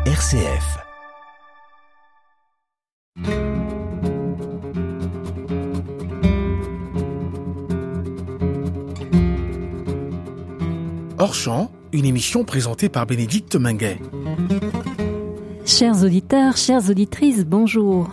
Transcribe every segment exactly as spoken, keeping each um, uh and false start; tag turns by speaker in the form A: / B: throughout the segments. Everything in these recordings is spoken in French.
A: R C F. Hors champ, une émission présentée par Bénédicte Minguet.
B: Chers auditeurs, chères auditrices, bonjour.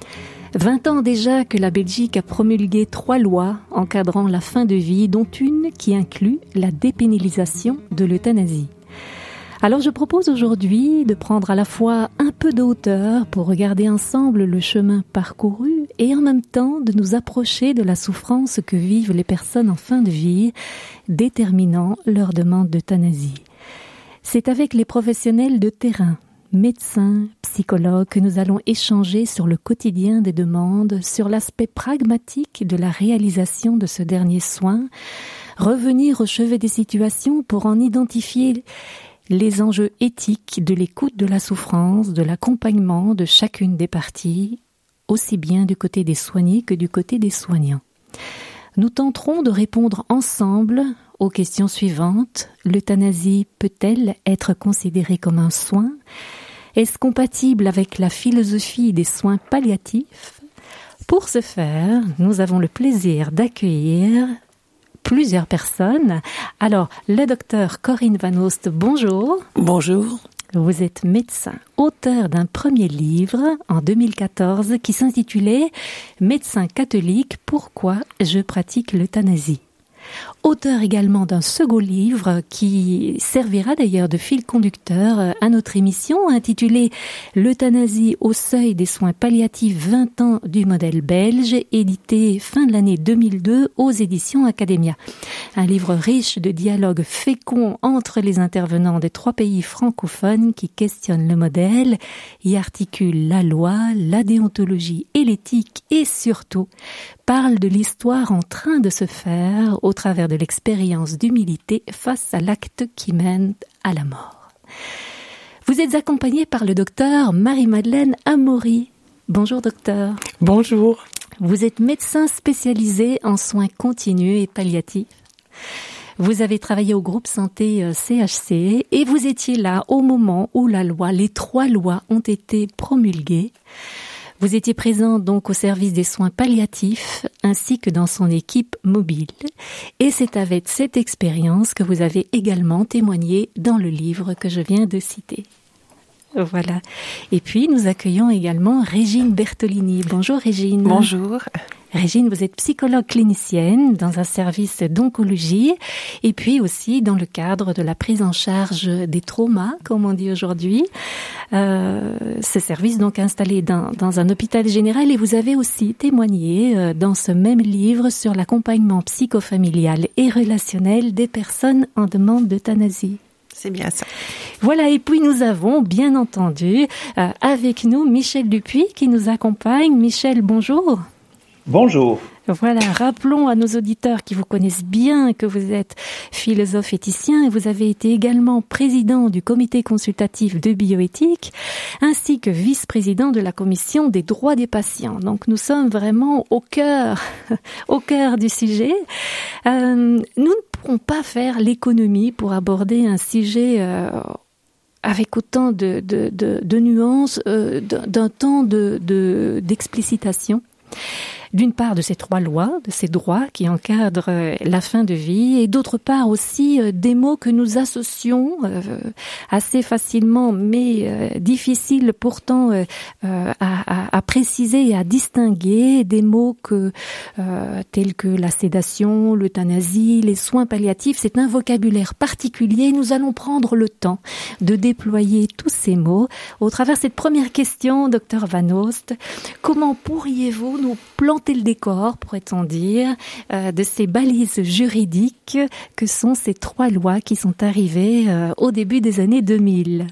B: Vingt ans déjà que la Belgique a promulgué trois lois encadrant la fin de vie, dont une qui inclut la dépénalisation de l'euthanasie. Alors je propose aujourd'hui de prendre à la fois un peu de hauteur pour regarder ensemble le chemin parcouru et en même temps de nous approcher de la souffrance que vivent les personnes en fin de vie, déterminant leur demande d'euthanasie. C'est avec les professionnels de terrain, médecins, psychologues, que nous allons échanger sur le quotidien des demandes, sur l'aspect pragmatique de la réalisation de ce dernier soin, revenir au chevet des situations pour en identifier les enjeux éthiques de l'écoute de la souffrance, de l'accompagnement de chacune des parties, aussi bien du côté des soignés que du côté des soignants. Nous tenterons de répondre ensemble aux questions suivantes. L'euthanasie peut-elle être considérée comme un soin ? Est-ce compatible avec la philosophie des soins palliatifs ? Pour ce faire, nous avons le plaisir d'accueillir plusieurs personnes. Alors, le docteur Corinne Van Oost, bonjour.
C: Bonjour.
B: Vous êtes médecin, auteur d'un premier livre en deux mille quatorze qui s'intitulait « Médecin catholique, pourquoi je pratique l'euthanasie ». Auteur également d'un second livre qui servira d'ailleurs de fil conducteur à notre émission intitulée « L'euthanasie au seuil des soins palliatifs vingt ans du modèle belge » édité fin de l'année deux mille deux aux éditions Academia. Un livre riche de dialogues féconds entre les intervenants des trois pays francophones qui questionnent le modèle, y articulent la loi, la déontologie et l'éthique et surtout parlent de l'histoire en train de se faire au travers de l'expérience d'humilité face à l'acte qui mène à la mort. Vous êtes accompagné par le docteur Marie-Madeleine Amaury. Bonjour docteur.
C: Bonjour.
B: Vous êtes médecin spécialisé en soins continus et palliatifs. Vous avez travaillé au groupe santé C H C et vous étiez là au moment où la loi, les trois lois ont été promulguées. Vous étiez présent donc au service des soins palliatifs ainsi que dans son équipe mobile. Et c'est avec cette expérience que vous avez également témoigné dans le livre que je viens de citer. Voilà. Et puis nous accueillons également Régine Bertolini. Bonjour Régine.
C: Bonjour.
B: Régine, vous êtes psychologue clinicienne dans un service d'oncologie et puis aussi dans le cadre de la prise en charge des traumas, comme on dit aujourd'hui. Euh, ce service donc installé dans, dans un hôpital général et vous avez aussi témoigné euh, dans ce même livre sur l'accompagnement psychofamilial et relationnel des personnes en demande d'euthanasie.
C: C'est bien ça.
B: Voilà, et puis nous avons bien entendu euh, avec nous Michel Dupuis qui nous accompagne. Michel, bonjour.
D: Bonjour.
B: Voilà, rappelons à nos auditeurs qui vous connaissent bien que vous êtes philosophe éthicien et vous avez été également président du comité consultatif de bioéthique ainsi que vice-président de la commission des droits des patients. Donc nous sommes vraiment au cœur, au cœur du sujet. Euh, nous ne pourrons pas faire l'économie pour aborder un sujet euh, avec autant de, de, de, de nuances, euh, d'un temps de, de, d'explicitation. D'une part de ces trois lois, de ces droits qui encadrent la fin de vie, et d'autre part aussi euh, des mots que nous associons euh, assez facilement, mais euh, difficiles pourtant euh, à, à, à préciser et à distinguer, des mots que euh, tels que la sédation, l'euthanasie, les soins palliatifs. C'est un vocabulaire particulier. Nous allons prendre le temps de déployer tous ces mots au travers de cette première question, docteur Van Oost. Comment pourriez-vous nous planter le décor, pourrait-on dire, euh, de ces balises juridiques que sont ces trois lois qui sont arrivées euh, au début des années deux mille.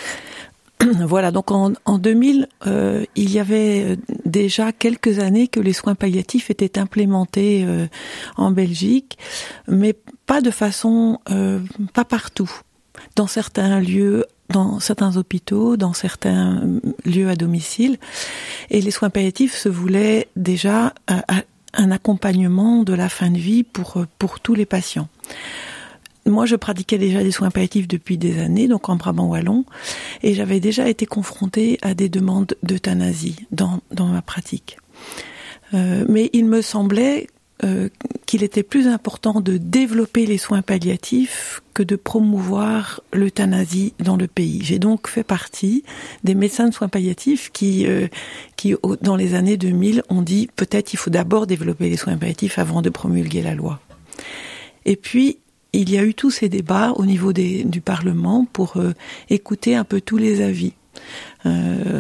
C: Voilà, donc en, en deux mille, euh, il y avait déjà quelques années que les soins palliatifs étaient implémentés euh, en Belgique, mais pas de façon, euh, pas partout. Dans certains lieux, dans certains hôpitaux, dans certains lieux à domicile. Et les soins palliatifs se voulaient déjà un accompagnement de la fin de vie pour, pour tous les patients. moi, je pratiquais déjà des soins palliatifs depuis des années, donc en Brabant wallon, et j'avais déjà été confrontée à des demandes d'euthanasie dans, dans ma pratique. Euh, mais il me semblait euh, qu'il était plus important de développer les soins palliatifs que de promouvoir l'euthanasie dans le pays. J'ai donc fait partie des médecins de soins palliatifs qui, euh, qui dans les années deux mille, ont dit peut-être il faut d'abord développer les soins palliatifs avant de promulguer la loi. Et puis, il y a eu tous ces débats au niveau des, du Parlement pour euh, écouter un peu tous les avis. Euh,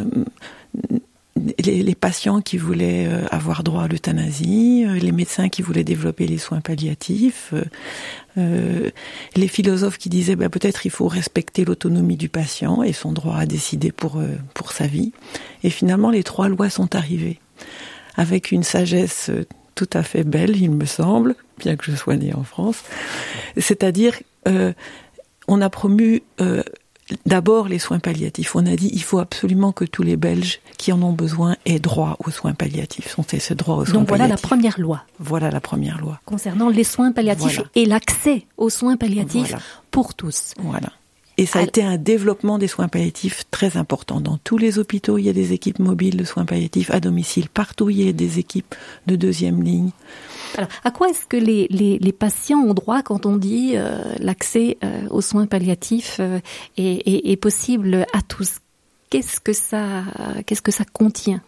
C: les, les patients qui voulaient euh, avoir droit à l'euthanasie, euh, les médecins qui voulaient développer les soins palliatifs, euh, euh, les philosophes qui disaient bah, peut-être il faut respecter l'autonomie du patient et son droit à décider pour, euh, pour sa vie. Et finalement, les trois lois sont arrivées avec une sagesse euh, tout à fait belle, il me semble, bien que je sois née en France. C'est-à-dire, euh, on a promu euh, d'abord les soins palliatifs. On a dit il faut absolument que tous les Belges qui en ont besoin aient droit aux soins palliatifs. On fait ce droit aux soins
B: Donc voilà
C: palliatifs.
B: la première loi.
C: Voilà la première loi.
B: Concernant les soins palliatifs
C: voilà.
B: et l'accès aux soins palliatifs
C: voilà.
B: pour tous.
C: Voilà. Et ça a été un développement des soins palliatifs très important. Dans tous les hôpitaux, il y a des équipes mobiles de soins palliatifs à domicile. Partout, il y a des équipes de deuxième ligne.
B: Alors, à quoi est-ce que les, les, les patients ont droit quand on dit euh, l'accès euh, aux soins palliatifs euh, est, est, est possible à tous? Qu'est-ce que ça, qu'est-ce que ça contient?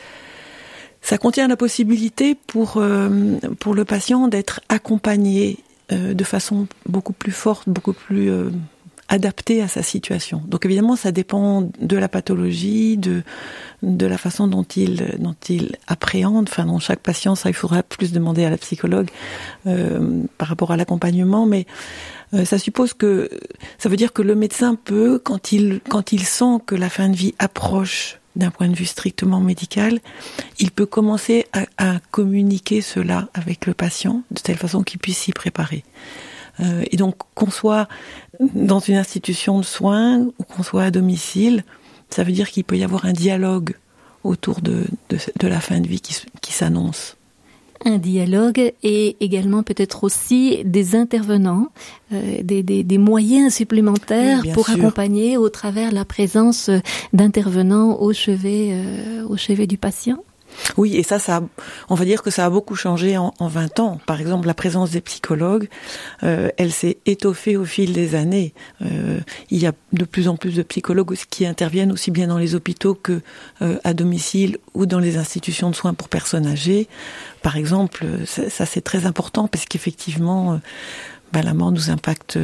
C: Ça contient la possibilité pour, euh, pour le patient d'être accompagné euh, de façon beaucoup plus forte, beaucoup plus... Euh, adapté à sa situation. Donc évidemment, ça dépend de la pathologie, de de la façon dont il dont il appréhende. Enfin, dans chaque patient, ça, il faudra plus demander à la psychologue euh, par rapport à l'accompagnement. Mais euh, ça suppose que ça veut dire que le médecin peut, quand il quand il sent que la fin de vie approche d'un point de vue strictement médical, il peut commencer à, à communiquer cela avec le patient de telle façon qu'il puisse s'y préparer. Euh, et donc, qu'on soit dans une institution de soins ou qu'on soit à domicile, ça veut dire qu'il peut y avoir un dialogue autour de, de, de la fin de vie qui, qui s'annonce.
B: Un dialogue et également peut-être aussi des intervenants, euh, des, des, des moyens supplémentaires oui, pour sûr. accompagner au travers la présence d'intervenants au chevet, euh, au chevet du patient.
C: Oui, et ça, ça, on va dire que ça a beaucoup changé en, en vingt ans. Par exemple, la présence des psychologues, euh, elle s'est étoffée au fil des années. Euh, il y a de plus en plus de psychologues qui interviennent aussi bien dans les hôpitaux que euh, à domicile ou dans les institutions de soins pour personnes âgées. Par exemple, ça, ça c'est très important parce qu'effectivement, euh, ben, la mort nous impacte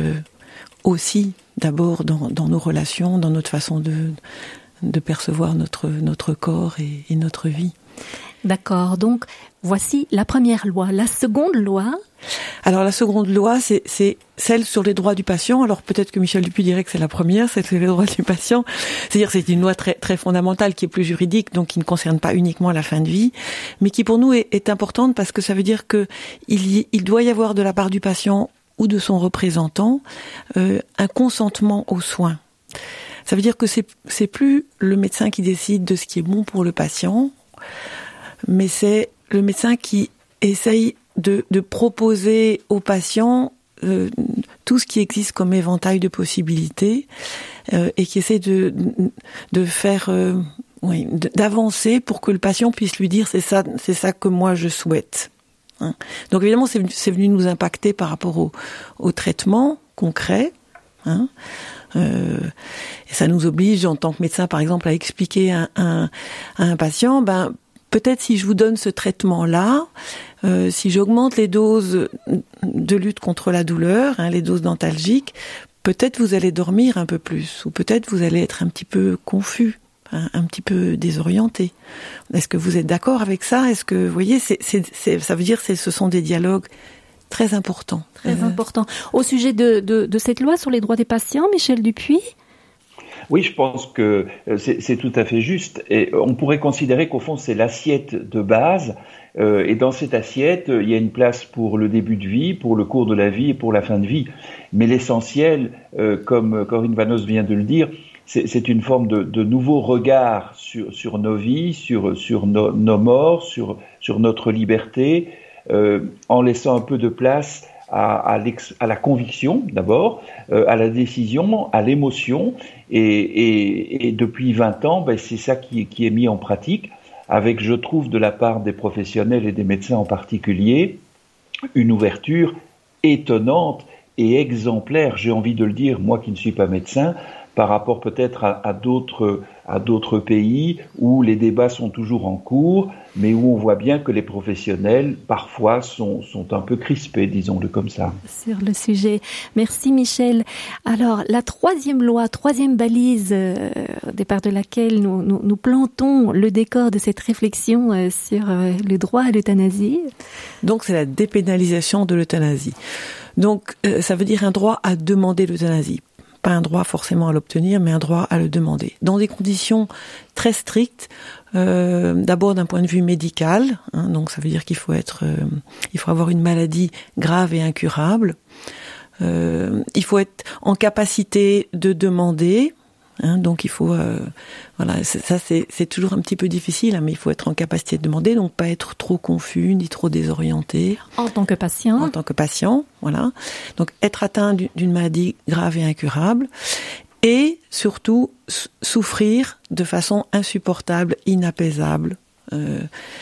C: aussi d'abord dans, dans nos relations, dans notre façon de, de percevoir notre, notre corps et, et notre vie.
B: D'accord, donc voici la première loi. La seconde loi?
C: Alors la seconde loi, c'est, c'est celle sur les droits du patient. Alors peut-être que Michel Dupuy dirait que c'est la première, c'est sur les droits du patient. C'est-à-dire c'est une loi très, très fondamentale qui est plus juridique, donc qui ne concerne pas uniquement la fin de vie, mais qui pour nous est, est importante parce que ça veut dire que il, y, il doit y avoir de la part du patient ou de son représentant euh, un consentement aux soins. Ça veut dire que c'est, c'est plus le médecin qui décide de ce qui est bon pour le patient, mais c'est le médecin qui essaye de, de proposer au patient euh, tout ce qui existe comme éventail de possibilités euh, et qui essaie de, de faire, euh, oui, d'avancer pour que le patient puisse lui dire c'est ça, c'est ça que moi je souhaite. Hein. Donc évidemment, c'est, c'est venu nous impacter par rapport au, au traitement concret. Hein. Euh, et ça nous oblige en tant que médecin, par exemple, à expliquer à un, à un patient, ben peut-être si je vous donne ce traitement-là, euh, si j'augmente les doses de lutte contre la douleur, hein, les doses dentalgiques, peut-être vous allez dormir un peu plus, ou peut-être vous allez être un petit peu confus, hein, un petit peu désorienté. Est-ce que vous êtes d'accord avec ça? Est-ce que, vous voyez, c'est, c'est, c'est, ça veut dire que ce sont des dialogues très important.
B: Très euh... important. Au sujet de, de, de cette loi sur les droits des patients, Michel Dupuy?
D: Oui, je pense que c'est, c'est tout à fait juste. Et on pourrait considérer qu'au fond, c'est l'assiette de base. Euh, et dans cette assiette, il y a une place pour le début de vie, pour le cours de la vie et pour la fin de vie. Mais l'essentiel, euh, comme Corinne Vanos vient de le dire, c'est, c'est une forme de, de nouveau regard sur, sur nos vies, sur, sur no, nos morts, sur, sur notre liberté, Euh, en laissant un peu de place à, à, l'ex, à la conviction d'abord, euh, à la décision, à l'émotion. Et, et, et depuis vingt ans, ben, c'est ça qui, qui est mis en pratique, avec, je trouve, de la part des professionnels et des médecins en particulier, une ouverture étonnante et exemplaire, j'ai envie de le dire, moi qui ne suis pas médecin, par rapport peut-être à, à, d'autres, à d'autres pays où les débats sont toujours en cours, mais où on voit bien que les professionnels, parfois, sont, sont un peu crispés, disons-le comme ça.
B: Sur le sujet. Merci Michel. Alors, la troisième loi, troisième balise, euh, au départ de laquelle nous, nous, nous plantons le décor de cette réflexion euh, sur euh, le droit à l'euthanasie.
C: Donc, c'est la dépénalisation de l'euthanasie. Donc, euh, ça veut dire un droit à demander l'euthanasie. Pas un droit forcément à l'obtenir, mais un droit à le demander. Dans des conditions très strictes, euh, d'abord d'un point de vue médical, hein, donc ça veut dire qu'il faut être, euh, il faut avoir une maladie grave et incurable. Euh, il faut être en capacité de demander. Hein, donc il faut, euh, voilà, ça c'est, c'est toujours un petit peu difficile, hein, mais il faut être en capacité de demander, donc pas être trop confus ni trop désorienté.
B: En tant que patient.
C: En tant que patient, voilà. Donc être atteint d'une maladie grave et incurable, et surtout souffrir de façon insupportable, inapaisable. Euh,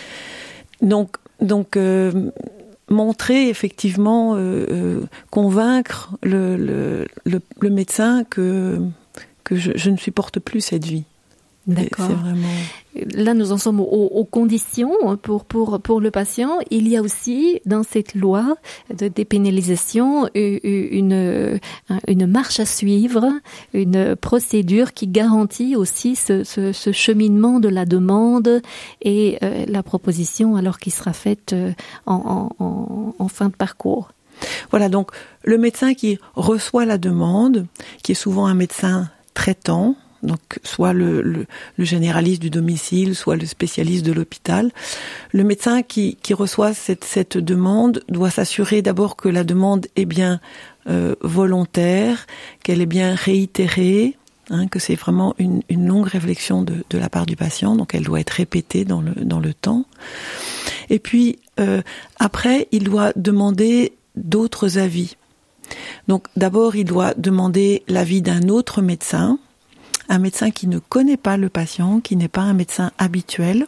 C: donc, donc. Euh, montrer effectivement, euh, euh, convaincre le, le, le, le médecin que que je, je ne supporte plus cette vie.
B: D'accord.
C: C'est vraiment...
B: Là, nous en sommes aux, aux conditions pour, pour, pour le patient. Il y a aussi, dans cette loi de dépénalisation, une, une marche à suivre, une procédure qui garantit aussi ce, ce, ce cheminement de la demande et euh, la proposition alors qui sera faite en, en, en fin de parcours.
C: Voilà, donc le médecin qui reçoit la demande, qui est souvent un médecin traitant, donc soit le, le, le généraliste du domicile, soit le spécialiste de l'hôpital. Le médecin qui, qui reçoit cette, cette demande doit s'assurer d'abord que la demande est bien euh, volontaire, qu'elle est bien réitérée, hein, que c'est vraiment une, une longue réflexion de, de la part du patient, donc elle doit être répétée dans le, dans le temps. Et puis euh, après, il doit demander d'autres avis. Donc d'abord, il doit demander l'avis d'un autre médecin, un médecin qui ne connaît pas le patient, qui n'est pas un médecin habituel,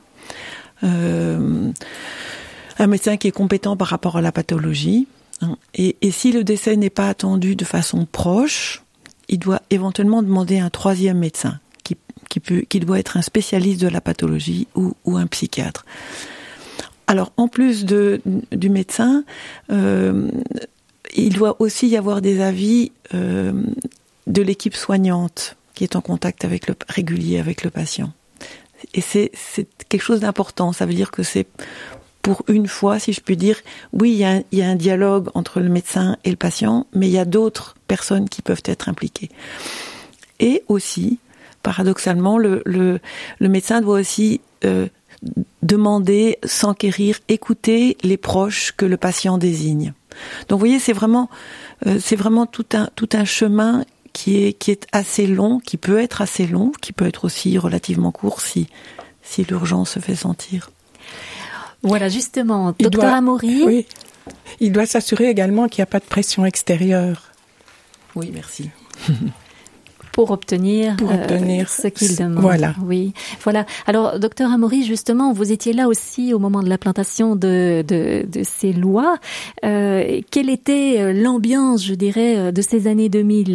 C: euh, un médecin qui est compétent par rapport à la pathologie. Et, et si le décès n'est pas attendu de façon proche, il doit éventuellement demander un troisième médecin, qui, qui, peut, qui doit être un spécialiste de la pathologie ou, ou un psychiatre. Alors, en plus de, du médecin, euh, il doit aussi y avoir des avis euh, de l'équipe soignante qui est en contact avec le, régulier avec le patient. Et c'est, c'est quelque chose d'important. Ça veut dire que c'est pour une fois, si je puis dire, oui, il y a, il y a un dialogue entre le médecin et le patient, mais il y a d'autres personnes qui peuvent être impliquées. Et aussi, paradoxalement, le, le, le médecin doit aussi euh, demander, s'enquérir, écouter les proches que le patient désigne. Donc, vous voyez, c'est vraiment, euh, c'est vraiment tout un, tout un chemin qui est, qui est assez long, qui peut être assez long, qui peut être aussi relativement court si, si l'urgence se fait sentir.
B: Voilà, justement, docteur Amaury.
E: Oui, il doit s'assurer également qu'il n'y a pas de pression extérieure.
C: Oui, merci.
B: Pour obtenir,
E: Pour obtenir
B: euh, ce qu'il demande.
E: Voilà.
B: Oui, voilà. Alors, docteur Amaury, justement, vous étiez là aussi au moment de l'implantation de, de, de ces lois. Euh, quelle était l'ambiance, je dirais, de ces années deux mille ?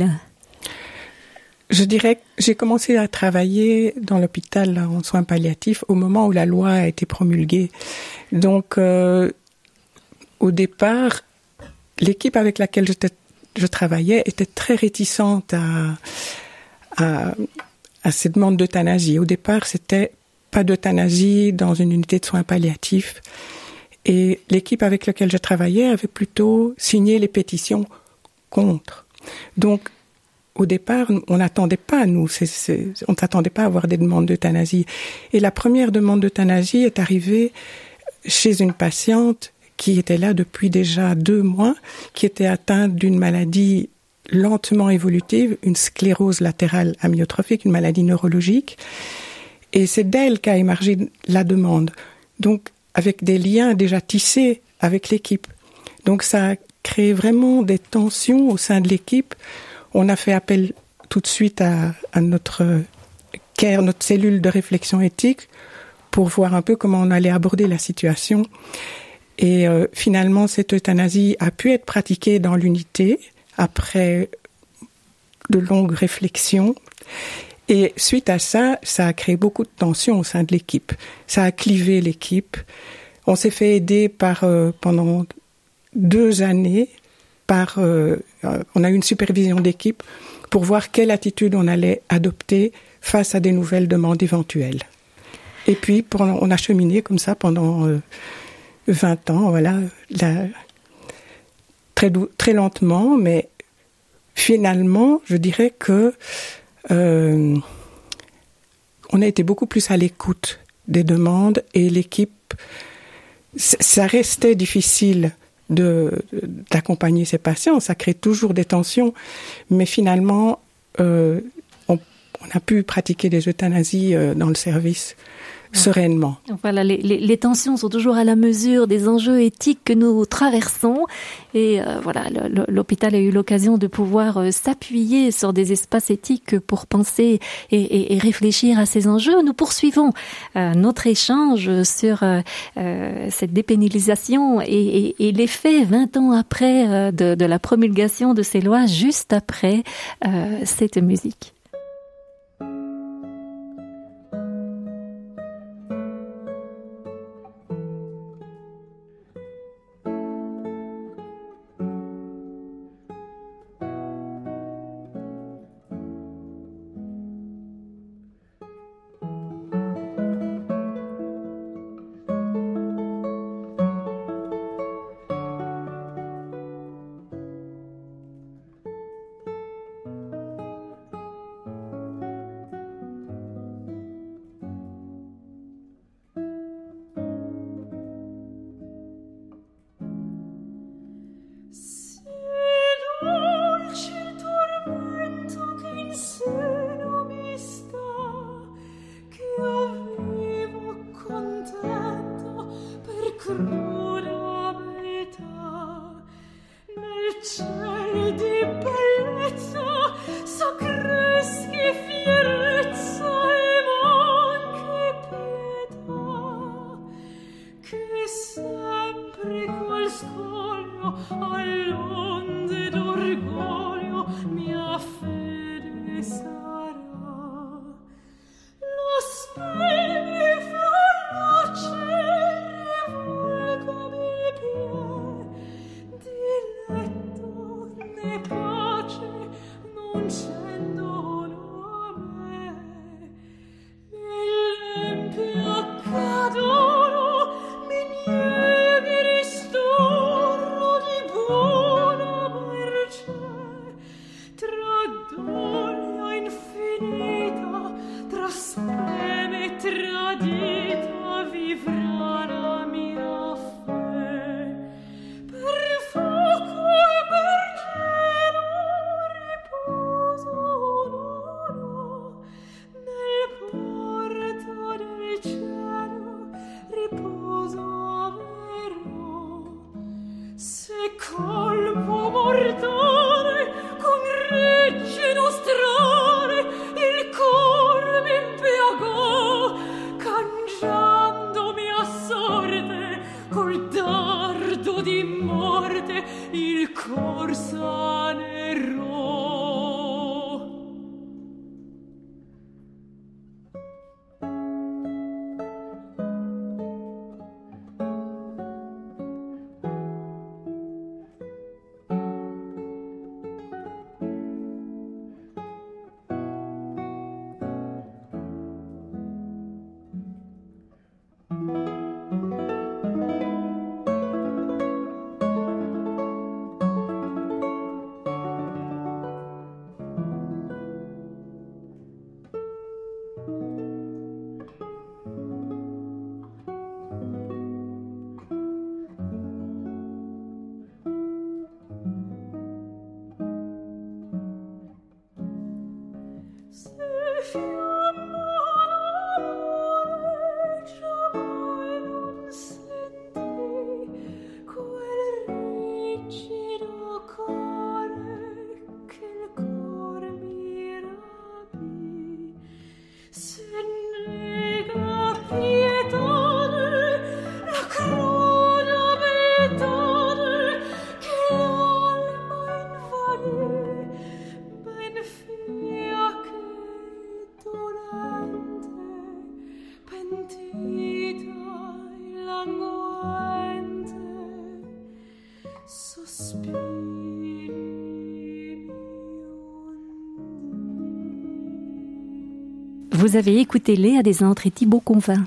E: Je dirais que j'ai commencé à travailler dans l'hôpital là, en soins palliatifs au moment où la loi a été promulguée. Donc, euh, au départ, l'équipe avec laquelle j'étais, je travaillais était très réticente à, à, à ces demandes d'euthanasie. Au départ, c'était pas d'euthanasie dans une unité de soins palliatifs. Et l'équipe avec laquelle je travaillais avait plutôt signé les pétitions contre. Donc, au départ, on n'attendait pas, nous, c'est, c'est, on ne s'attendait pas à avoir des demandes d'euthanasie. Et la première demande d'euthanasie est arrivée chez une patiente qui était là depuis déjà deux mois, qui était atteinte d'une maladie lentement évolutive, une sclérose latérale amyotrophique, une maladie neurologique. Et c'est d'elle qu'a émergé la demande. Donc, avec des liens déjà tissés avec l'équipe. Donc, ça a créé vraiment des tensions au sein de l'équipe. On a fait appel tout de suite à, à notre C A R E, notre cellule de réflexion éthique, pour voir un peu comment on allait aborder la situation. Et euh, finalement, cette euthanasie a pu être pratiquée dans l'unité après de longues réflexions. Et suite à ça, ça a créé beaucoup de tensions au sein de l'équipe. Ça a clivé l'équipe. On s'est fait aider par euh, pendant deux années par euh, on a eu une supervision d'équipe pour voir quelle attitude on allait adopter face à des nouvelles demandes éventuelles. Et puis pendant, on a cheminé comme ça pendant euh, vingt ans, voilà, la, très dou- très lentement, mais finalement, je dirais que euh, on a été beaucoup plus à l'écoute des demandes et l'équipe. Ça restait difficile de, d'accompagner ces patients, ça crée toujours des tensions, mais finalement, euh, on, on a pu pratiquer des euthanasies euh, dans le service sereinement.
B: Voilà, les, les, les tensions sont toujours à la mesure des enjeux éthiques que nous traversons. Et euh, voilà, le, l'hôpital a eu l'occasion de pouvoir euh, s'appuyer sur des espaces éthiques pour penser et, et, et réfléchir à ces enjeux. Nous poursuivons euh, notre échange sur euh, euh, cette dépénalisation et, et, et l'effet vingt ans après euh, de, de la promulgation de ces lois, juste après euh, cette musique.
F: Quel regina
B: Vous avez écouté Léa Desantres et Thibaut Convin.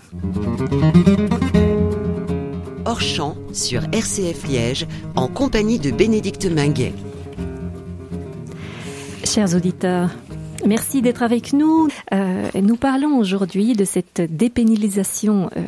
F: Hors champ sur R C F Liège, en compagnie de Bénédicte Minguet.
B: Chers auditeurs, merci d'être avec nous. Euh, nous parlons aujourd'hui de cette dépénalisation euh,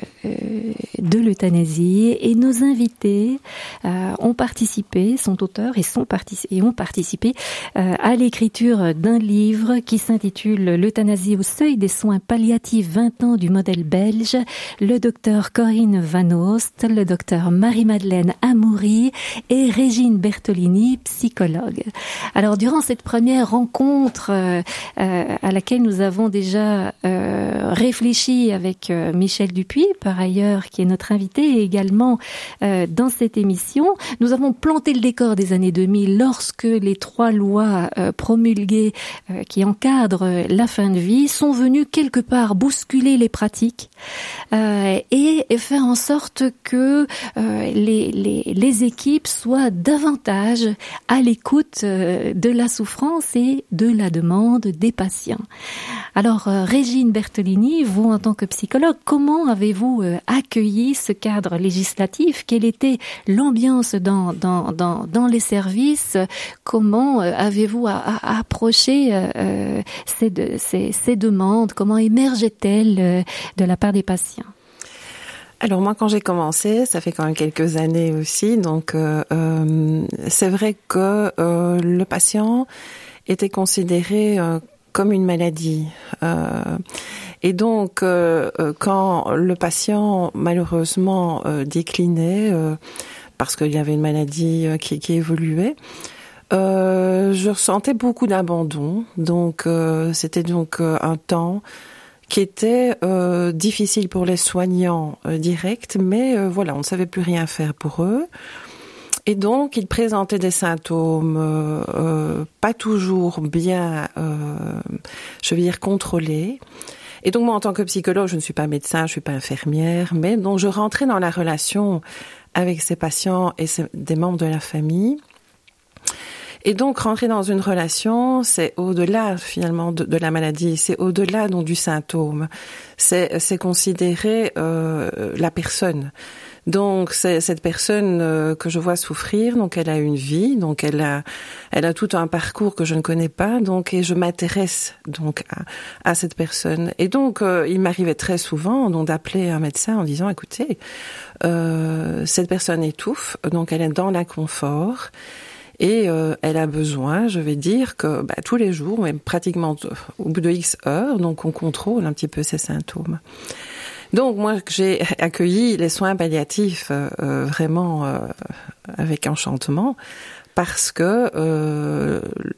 B: de l'euthanasie et nos invités euh, ont participé, sont auteurs et, sont particip- et ont participé euh, à l'écriture d'un livre qui s'intitule « L'euthanasie au seuil des soins palliatifs, vingt ans du modèle belge », le docteur Corinne Van Oost, le docteur Marie-Madeleine Amoury et Régine Bertolini, psychologue. Alors, durant cette première rencontre euh, euh, à laquelle nous avons déjà euh, réfléchi avec euh, Michel Dupuis, par ailleurs, qui est notre invité également euh, dans cette émission. Nous avons planté le décor des années deux mille lorsque les trois lois euh, promulguées euh, qui encadrent la fin de vie sont venues quelque part bousculer les pratiques euh, et, et faire en sorte que euh, les, les, les équipes soient davantage à l'écoute euh, de la souffrance et de la demande des patients. Alors, euh, Régine Bertolini, vous en tant que psychologue, comment avez-vous euh, accueilli ce cadre législatif? Quelle était l'ambiance dans dans dans, dans les services? Comment euh, avez-vous à, à approché euh, ces, de, ces ces demandes? Comment émergeaient-elles euh, de la part des patients?
C: Alors moi, quand j'ai commencé, ça fait quand même quelques années aussi, donc euh, euh, c'est vrai que euh, le patient était considéré euh, comme une maladie. Euh, et donc, euh, quand le patient, malheureusement, euh, déclinait, euh, parce qu'il y avait une maladie euh, qui, qui évoluait, euh, je ressentais beaucoup d'abandon. Donc, euh, c'était donc euh, un temps qui était euh, difficile pour les soignants euh, directs, mais euh, voilà, on ne savait plus rien faire pour eux. Et donc, ils présentaient des symptômes euh, euh, pas toujours bien, euh, je veux dire, contrôlés. Et donc, moi, en tant que psychologue, je ne suis pas médecin, je suis pas infirmière, mais donc je rentrais dans la relation avec ces patients et ces, des membres de la famille. Et donc, rentrer dans une relation, c'est au-delà, finalement, de, de la maladie, c'est au-delà donc du symptôme. C'est, c'est considérer euh, la personne. Donc, c'est cette personne euh, que je vois souffrir, donc elle a une vie, donc elle a, elle a tout un parcours que je ne connais pas, donc et je m'intéresse donc à, à cette personne. Et donc, euh, il m'arrivait très souvent donc d'appeler un médecin en disant, écoutez, euh, cette personne étouffe, donc elle est dans l'inconfort. Et euh, elle a besoin, je vais dire, que bah, tous les jours, même pratiquement au bout de X heures, donc on contrôle un petit peu ses symptômes. Donc moi, j'ai accueilli les soins palliatifs euh, vraiment euh, avec enchantement, parce que euh,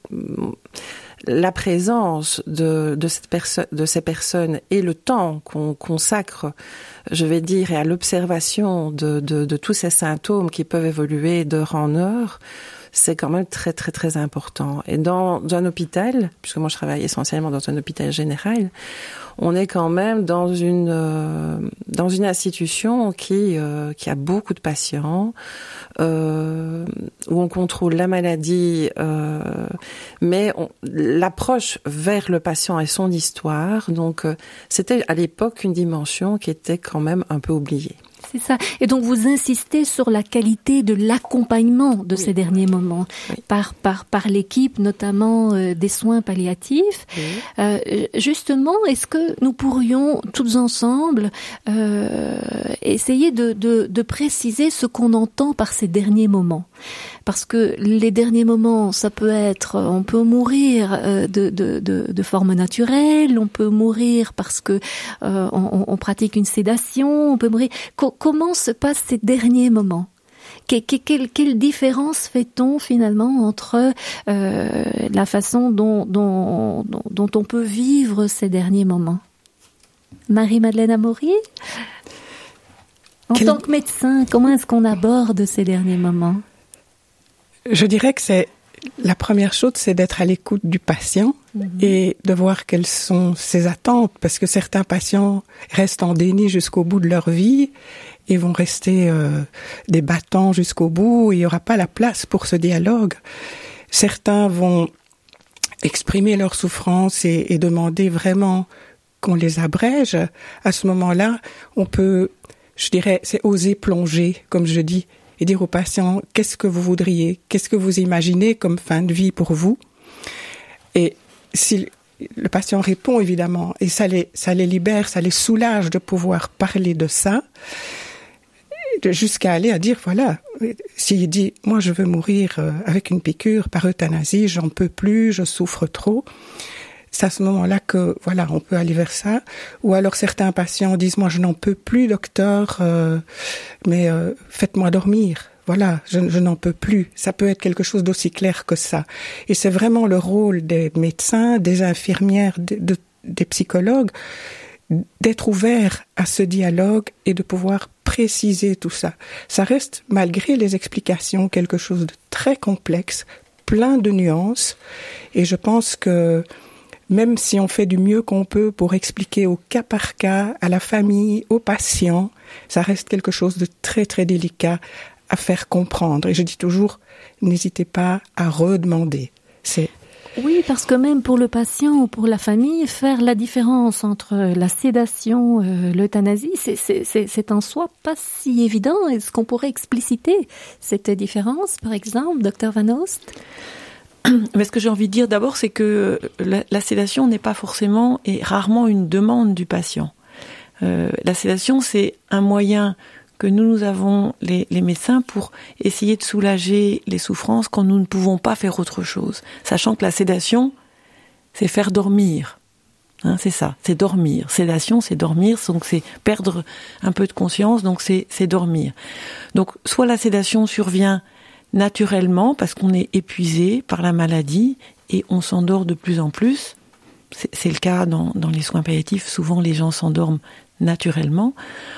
C: la présence de, de, cette perso- de ces personnes et le temps qu'on consacre, je vais dire, et à l'observation de, de, de tous ces symptômes qui peuvent évoluer d'heure en heure, c'est quand même très, très, très important. Et dans, dans un hôpital, puisque moi je travaille essentiellement dans un hôpital général, on est quand même dans une euh, dans une institution qui euh, qui a beaucoup de patients, euh, où on contrôle la maladie, euh, mais on, l'approche vers le patient et son histoire. Donc, euh, c'était à l'époque une dimension qui était quand même un peu oubliée.
B: C'est ça. Et donc vous insistez sur la qualité de l'accompagnement de oui. ces derniers moments oui. par par par l'équipe, notamment euh, des soins palliatifs. Oui. Euh, justement, est-ce que nous pourrions tous ensemble euh, essayer de, de de préciser ce qu'on entend par ces derniers moments? Parce que les derniers moments, ça peut être, on peut mourir euh, de, de de de forme naturelle, on peut mourir parce que euh, on, on pratique une sédation, on peut mourir. Comment se passent ces derniers moments? Quelle, quelle, quelle différence fait-on finalement entre euh, la façon dont, dont, dont, dont on peut vivre ces derniers moments? Marie-Madeleine Amaury, en
E: Quel...
B: tant que médecin, comment est-ce qu'on aborde ces derniers moments?
E: Je dirais que c'est la première chose, c'est d'être à l'écoute du patient mmh. et de voir quelles sont ses attentes, parce que certains patients restent en déni jusqu'au bout de leur vie et vont rester euh, des battants jusqu'au bout. Il n'y aura pas la place pour ce dialogue. Certains vont exprimer leur souffrance et, et demander vraiment qu'on les abrège. À ce moment-là, on peut, je dirais, c'est oser plonger, comme je dis, et dire aux patients, qu'est-ce que vous voudriez, qu'est-ce que vous imaginez comme fin de vie pour vous? Et si le patient répond, évidemment, et ça les, ça les libère, ça les soulage de pouvoir parler de ça, jusqu'à aller à dire, voilà, s'il dit, moi je veux mourir avec une piqûre par euthanasie, j'en peux plus, je souffre trop, c'est à ce moment-là que, voilà, on peut aller vers ça. Ou alors certains patients disent, moi je n'en peux plus, docteur, euh, mais euh, faites-moi dormir. Voilà, je, je n'en peux plus. Ça peut être quelque chose d'aussi clair que ça. Et c'est vraiment le rôle des médecins, des infirmières, de, de, des psychologues, d'être ouverts à ce dialogue et de pouvoir préciser tout ça. Ça reste, malgré les explications, quelque chose de très complexe, plein de nuances. Et je pense que même si on fait du mieux qu'on peut pour expliquer au cas par cas, à la famille, aux patients, ça reste quelque chose de très très délicat à faire comprendre. Et je dis toujours, n'hésitez pas à redemander. C'est...
B: Oui, parce que même pour le patient ou pour la famille, faire la différence entre la sédation, euh, l'euthanasie, c'est, c'est, c'est, c'est en soi pas si évident. Est-ce qu'on pourrait expliciter cette différence, par exemple, docteur Van Oost?
C: Mais ce que j'ai envie de dire d'abord, c'est que la, la sédation n'est pas forcément et rarement une demande du patient. Euh, la sédation, c'est un moyen que nous, nous avons, les, les médecins, pour essayer de soulager les souffrances quand nous ne pouvons pas faire autre chose. Sachant que la sédation, c'est faire dormir. Hein, c'est ça, c'est dormir. Sédation, c'est dormir, donc c'est perdre un peu de conscience, donc c'est, c'est dormir. Donc, soit la sédation survient naturellement, parce qu'on est épuisé par la maladie et on s'endort de plus en plus. C'est, c'est le cas dans, dans les soins palliatifs. Souvent, les gens s'endorment naturellement.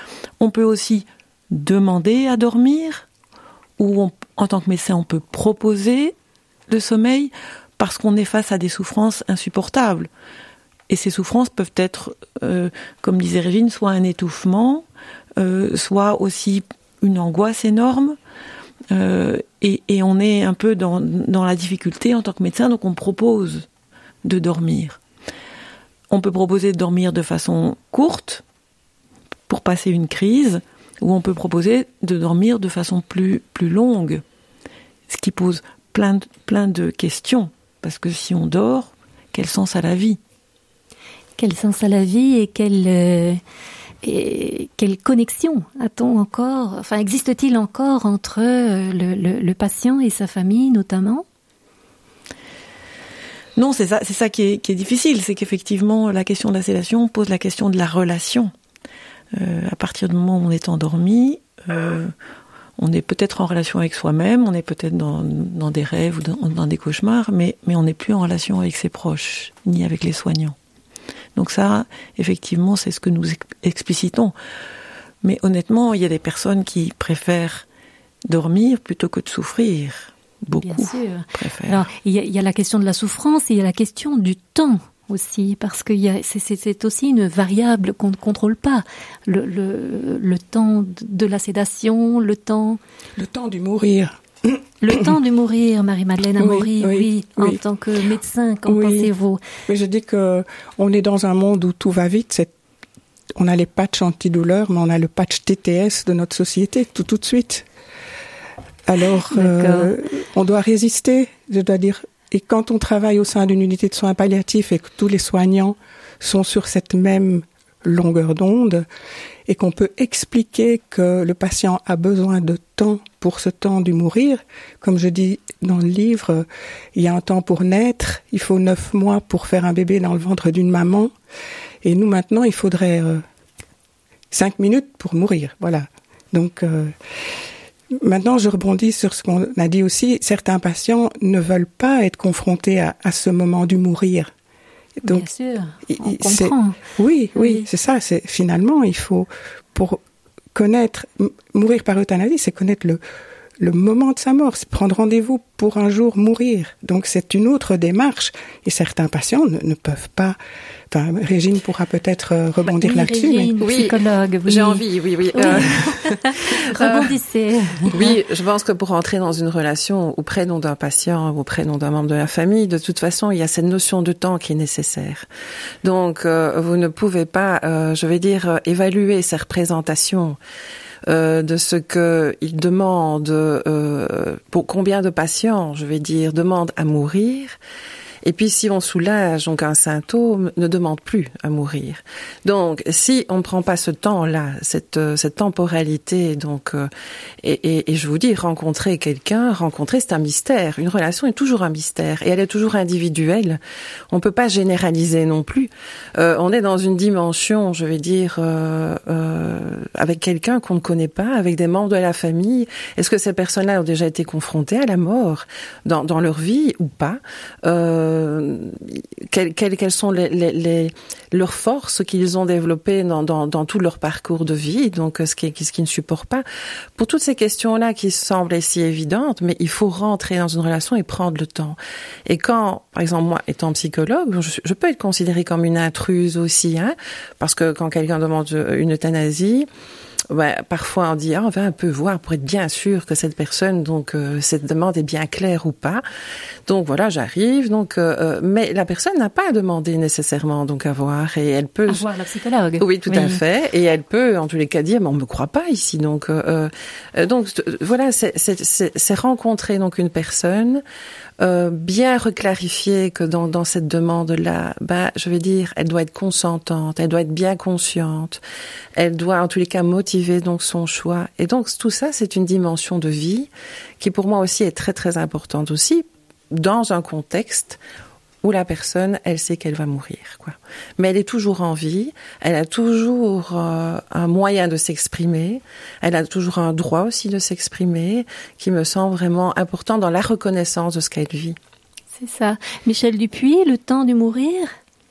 C: On peut aussi demander à dormir, ou on, en tant que médecin, on peut proposer le sommeil parce qu'on est face à des souffrances insupportables. Et ces souffrances peuvent être, euh, comme disait Régine, soit un étouffement, euh, soit aussi une angoisse énorme. Euh, et, et on est un peu dans, dans la difficulté en tant que médecin, donc on propose de dormir. On peut proposer de dormir de façon courte pour passer une crise, ou on peut proposer de dormir de façon plus, plus longue, ce qui pose plein de, plein de questions, parce que si on dort, quel sens a la vie?
B: Quel sens a la vie et quelle... Euh... Et quelle connexion a-t-on encore, enfin existe-t-il encore entre le, le, le patient et sa famille notamment?
C: Non, c'est ça, c'est ça qui est, qui est difficile, c'est qu'effectivement la question de la sédation pose la question de la relation. Euh, à partir du moment où on est endormi, euh, on est peut-être en relation avec soi-même, on est peut-être dans, dans des rêves ou dans, dans des cauchemars, mais, mais on n'est plus en relation avec ses proches, ni avec les soignants. Donc ça, effectivement, c'est ce que nous explicitons. Mais honnêtement, il y a des personnes qui préfèrent dormir plutôt que de souffrir. Beaucoup
B: Bien sûr.
C: préfèrent.
B: Alors, il y, a, il y a la question de la souffrance et il y a la question du temps aussi, parce que il y a, c'est, c'est, c'est aussi une variable qu'on ne contrôle pas. Le, le, le temps de la sédation, le temps...
E: Le temps du mourir.
B: Le temps de mourir, Marie-Madeleine Amaury, oui, oui, oui,
E: oui,
B: en tant que médecin, qu'en
E: oui.
B: pensez-vous?
E: Mais je dis que on est dans un monde où tout va vite. C'est, on a les patchs antidouleurs, mais on a le patch T T S de notre société tout tout de suite. Alors, euh, on doit résister, je dois dire. Et quand on travaille au sein d'une unité de soins palliatifs et que tous les soignants sont sur cette même longueur d'onde, et qu'on peut expliquer que le patient a besoin de temps pour ce temps du mourir. Comme je dis dans le livre, il y a un temps pour naître, il faut neuf mois pour faire un bébé dans le ventre d'une maman, et nous maintenant, il faudrait euh, cinq minutes pour mourir. Voilà. Donc, euh, maintenant, je rebondis sur ce qu'on a dit aussi. Certains patients ne veulent pas être confrontés à, à ce moment du mourir.
B: Donc, bien sûr, on
E: il,
B: comprend.
E: Oui, oui,
B: oui,
E: c'est ça. C'est finalement, il faut, pour connaître, m- mourir par euthanasie, c'est connaître le le moment de sa mort, c'est prendre rendez-vous pour un jour mourir. Donc c'est une autre démarche. Et certains patients ne, ne peuvent pas. Enfin, Régine pourra peut-être rebondir
B: oui,
E: là-dessus.
B: Régine,
G: mais...
B: psychologue.
G: Oui,
B: oui.
G: j'ai envie, oui, oui.
B: oui.
G: Euh...
B: Rebondissez.
G: Oui, je pense que pour entrer dans une relation auprès non d'un patient ou auprès non d'un membre de la famille, de toute façon, il y a cette notion de temps qui est nécessaire. Donc, euh, vous ne pouvez pas, euh, je vais dire, évaluer ces représentations Euh, de ce que il demande, euh, pour combien de patients, je vais dire, demandent à mourir. Et puis, si on soulage donc un symptôme, ne demande plus à mourir. Donc, si on ne prend pas ce temps-là, cette cette temporalité, donc, euh, et, et, et je vous dis, rencontrer quelqu'un, rencontrer, c'est un mystère. Une relation est toujours un mystère, et elle est toujours individuelle. On peut pas généraliser non plus. Euh, on est dans une dimension, je vais dire, euh, euh, avec quelqu'un qu'on ne connaît pas, avec des membres de la famille. Est-ce que ces personnes-là ont déjà été confrontées à la mort dans, dans leur vie ou pas? Euh, Quelles, quelles, quelles sont les, les, les, leurs forces qu'ils ont développées dans, dans, dans tout leur parcours de vie, donc ce qui, ce qui ne supporte pas. Pour toutes ces questions-là qui semblent si évidentes, mais il faut rentrer dans une relation et prendre le temps. Et quand, par exemple, moi, étant psychologue, je, je peux être considérée comme une intruse aussi, hein, parce que quand quelqu'un demande une euthanasie, ouais, parfois on dit ah, on va un peu voir pour être bien sûr que cette personne, donc euh, cette demande est bien claire ou pas. Donc voilà, j'arrive. Donc, euh, mais la personne n'a pas demandé nécessairement donc à voir, et elle peut
B: à voir la psychologue.
G: Oui, tout oui. à fait. Et elle peut, en tous les cas, dire mais on me croit pas ici. Donc, euh, euh, donc voilà, c'est, c'est, c'est, c'est rencontrer donc une personne. Euh, bien reclarifier que dans, dans cette demande-là, bah, je vais dire, elle doit être consentante, elle doit être bien consciente, elle doit en tous les cas motiver donc son choix. Et donc tout ça, c'est une dimension de vie qui pour moi aussi est très très importante aussi dans un contexte où la personne, elle sait qu'elle va mourir, quoi. Mais elle est toujours en vie, elle a toujours euh, un moyen de s'exprimer, elle a toujours un droit aussi de s'exprimer, qui me semble vraiment important dans la reconnaissance de ce qu'elle vit.
B: C'est ça. Michel Dupuy, le temps de mourir ?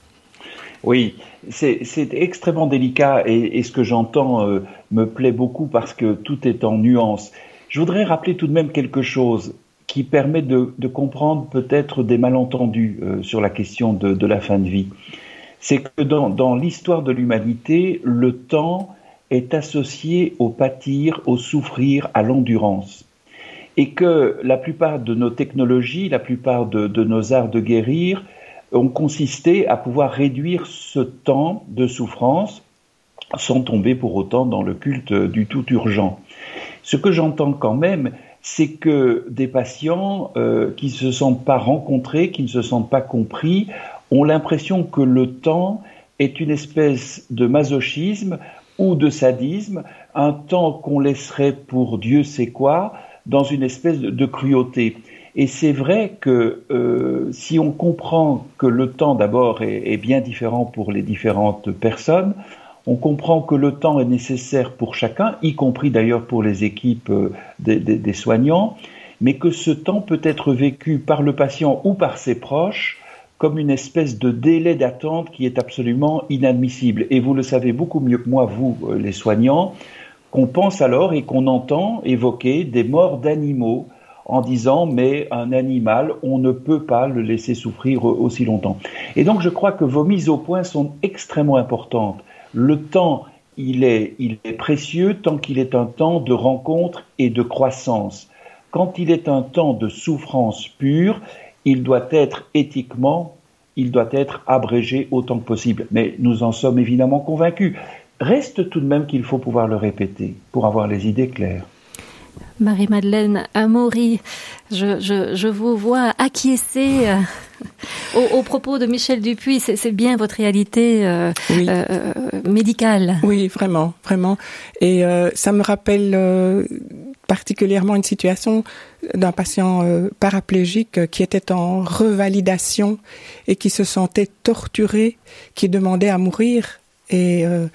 D: Oui, c'est, c'est extrêmement délicat, et, et ce que j'entends euh, me plaît beaucoup parce que tout est en nuances. Je voudrais rappeler tout de même quelque chose qui permet de, de comprendre peut-être des malentendus euh, sur la question de, de la fin de vie. C'est que dans, dans l'histoire de l'humanité, le temps est associé au pâtir, au souffrir, à l'endurance. Et que la plupart de nos technologies, la plupart de, de nos arts de guérir ont consisté à pouvoir réduire ce temps de souffrance sans tomber pour autant dans le culte du tout urgent. Ce que j'entends quand même, c'est que des patients euh, qui ne se sentent pas rencontrés, qui ne se sentent pas compris, ont l'impression que le temps est une espèce de masochisme ou de sadisme, un temps qu'on laisserait pour Dieu sait quoi, dans une espèce de, de cruauté. Et c'est vrai que euh, si on comprend que le temps d'abord est, est bien différent pour les différentes personnes, on comprend que le temps est nécessaire pour chacun, y compris d'ailleurs pour les équipes des, des, des soignants, mais que ce temps peut être vécu par le patient ou par ses proches comme une espèce de délai d'attente qui est absolument inadmissible. Et vous le savez beaucoup mieux que moi, vous, les soignants, qu'on pense alors et qu'on entend évoquer des morts d'animaux en disant « mais un animal, on ne peut pas le laisser souffrir aussi longtemps ». Et donc je crois que vos mises au point sont extrêmement importantes. Le temps, il est, il est précieux tant qu'il est un temps de rencontre et de croissance. Quand il est un temps de souffrance pure, il doit être éthiquement, il doit être abrégé autant que possible. Mais nous en sommes évidemment convaincus. Reste tout de même qu'il faut pouvoir le répéter pour avoir les idées claires.
B: Marie-Madeleine Amaury, je, je, je vous vois acquiescer euh, au, au propos de Michel Dupuy. C'est, c'est bien votre réalité euh, oui. euh, médicale.
E: Oui, vraiment, vraiment. Et euh, ça me rappelle euh, particulièrement une situation d'un patient euh, paraplégique qui était en revalidation et qui se sentait torturé, qui demandait à mourir. Et euh,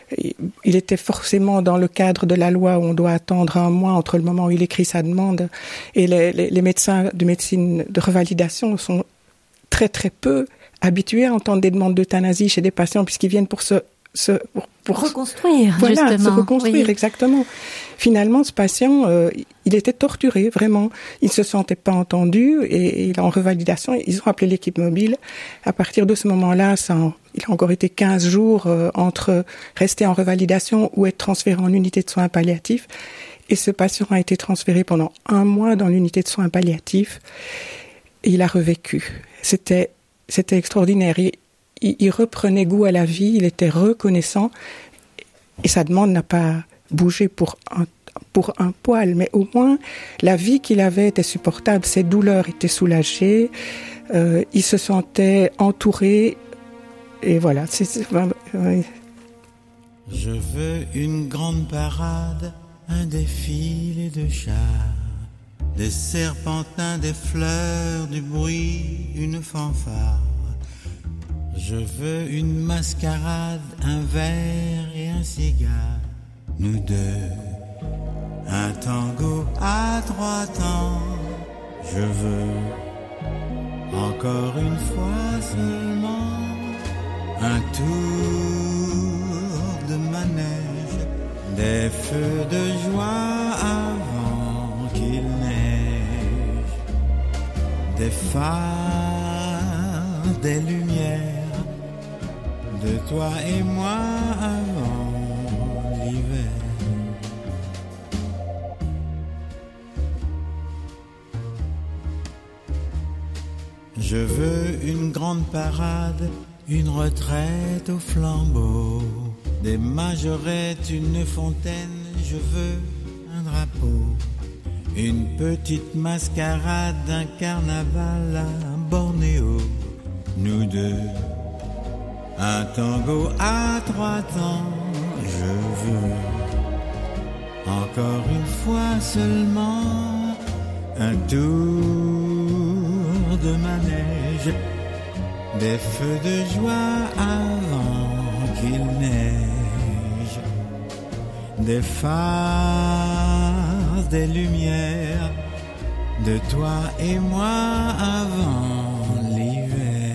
E: il était forcément dans le cadre de la loi où on doit attendre un mois entre le moment où il écrit sa demande. Et les, les, les médecins de médecine de revalidation sont très très peu habitués à entendre des demandes d'euthanasie chez des patients puisqu'ils viennent pour se, se pour, pour
B: reconstruire,
E: voilà,
B: justement.
E: se reconstruire,
B: oui.
E: exactement. Finalement, ce patient, euh, il était torturé, vraiment. Il se sentait pas entendu et, et il est en revalidation. Ils ont appelé l'équipe mobile. À partir de ce moment-là, ça, il a encore été quinze jours euh, entre rester en revalidation ou être transféré en unité de soins palliatifs. Et ce patient a été transféré pendant un mois dans l'unité de soins palliatifs. Et il a revécu. C'était, c'était extraordinaire. Il, il, il reprenait goût à la vie. Il était reconnaissant. Et sa demande n'a pas bougé pour un, pour un poil. Mais au moins, la vie qu'il avait était supportable. Ses douleurs étaient soulagées. Euh, il se sentait entouré. Et voilà. C'est, c'est, euh,
H: Je veux une grande parade, un défilé de chars, des serpentins, des fleurs, du bruit, une fanfare. Je veux une mascarade, un verre et un cigare, nous deux, un tango à trois temps. Je veux encore une fois seulement un tour de manège, des feux de joie avant qu'il neige, des phares, des lumières, de toi et moi avant l'hiver. Je veux une grande parade, une retraite au flambeau, des majorettes, une fontaine, je veux un drapeau, une petite mascarade, un carnaval à Bornéo, nous deux, un tango à trois temps, je veux encore une fois seulement un tour de manège, des feux de joie avant qu'il neige, des phares, des lumières, de toi et moi avant l'hiver.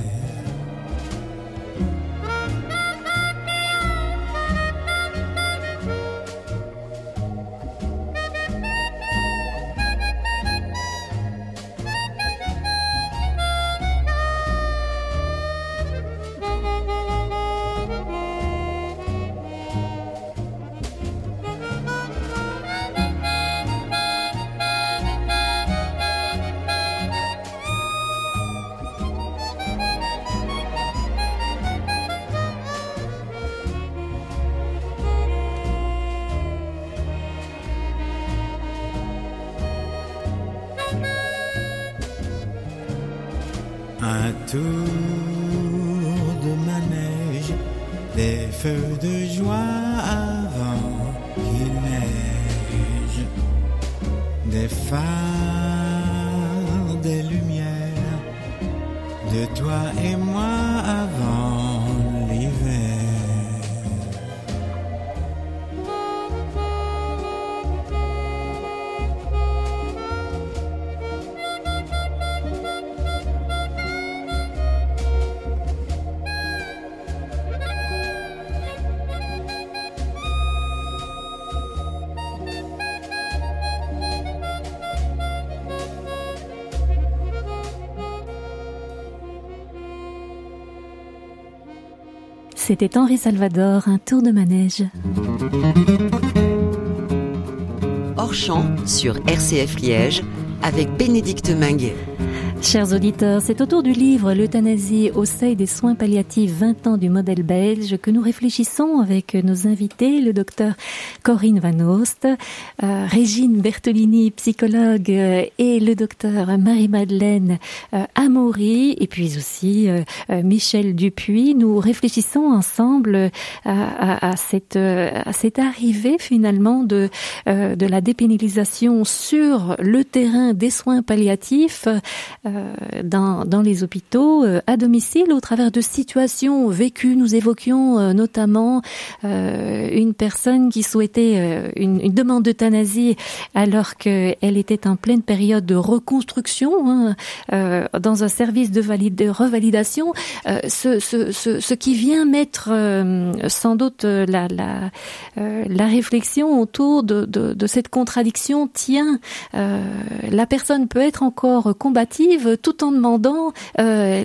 H: Un tour de manège, des feux de joie avant qu'il neige, des phares, des lumières, de toi et moi avant l'hiver.
B: C'était Henri Salvador, un tour de manège.
F: Hors champ sur R C F Liège avec Bénédicte Minguet.
B: Chers auditeurs, c'est autour du livre L'euthanasie au seuil des soins palliatifs, vingt ans du modèle belge, que nous réfléchissons avec nos invités, le docteur Corinne Van Oost, euh, Régine Bertolini, psychologue, euh, et le docteur Marie-Madeleine euh, Amaury, et puis aussi euh, euh, Michel Dupuis. Nous réfléchissons ensemble à, à, à, cette, à cette arrivée finalement de, euh, de la dépénalisation sur le terrain des soins palliatifs. Euh, euh, dans, dans les hôpitaux, euh, à domicile, au travers de situations vécues. Nous évoquions euh, notamment euh, une personne qui souhaitait euh, une, une demande d'euthanasie alors qu'elle était en pleine période de reconstruction hein, euh, dans un service de, valide, de revalidation. Euh, ce, ce, ce, ce qui vient mettre euh, sans doute la, la, euh, la réflexion autour de, de, de cette contradiction. Tiens, euh, la personne peut être encore combative tout en demandant euh,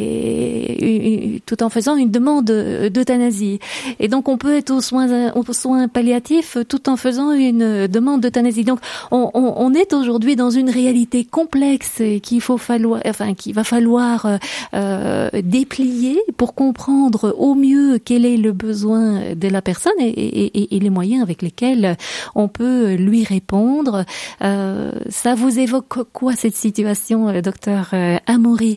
B: les, tout en faisant une demande d'euthanasie. Et donc on peut être aux soins, aux soins palliatifs tout en faisant une demande d'euthanasie. Donc on, on, on est aujourd'hui dans une réalité complexe qu'il faut falloir, enfin qu'il va falloir euh, déplier pour comprendre au mieux quel est le besoin de la personne et, et, et les moyens avec lesquels on peut lui répondre. Euh, ça vous évoque quoi cette situation, docteur Amaury?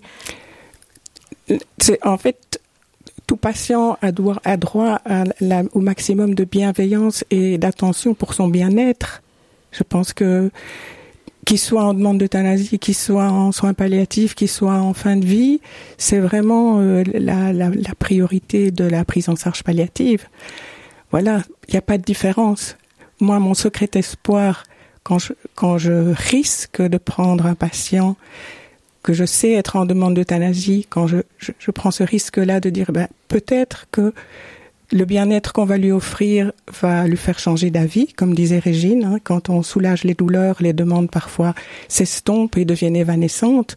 E: C'est en fait tout patient a droit, a droit à la, au maximum de bienveillance et d'attention pour son bien-être. Je pense que qu'il soit en demande d'euthanasie, qu'il soit en soins palliatifs, qu'il soit en fin de vie, c'est vraiment euh, la, la, la priorité de la prise en charge palliative. Voilà, il n'y a pas de différence. Moi, mon secret espoir, quand je, quand je risque de prendre un patient que je sais être en demande d'euthanasie, quand je, je, je prends ce risque-là de dire, ben, peut-être que le bien-être qu'on va lui offrir va lui faire changer d'avis, comme disait Régine, hein, quand on soulage les douleurs, les demandes parfois s'estompent et deviennent évanescentes.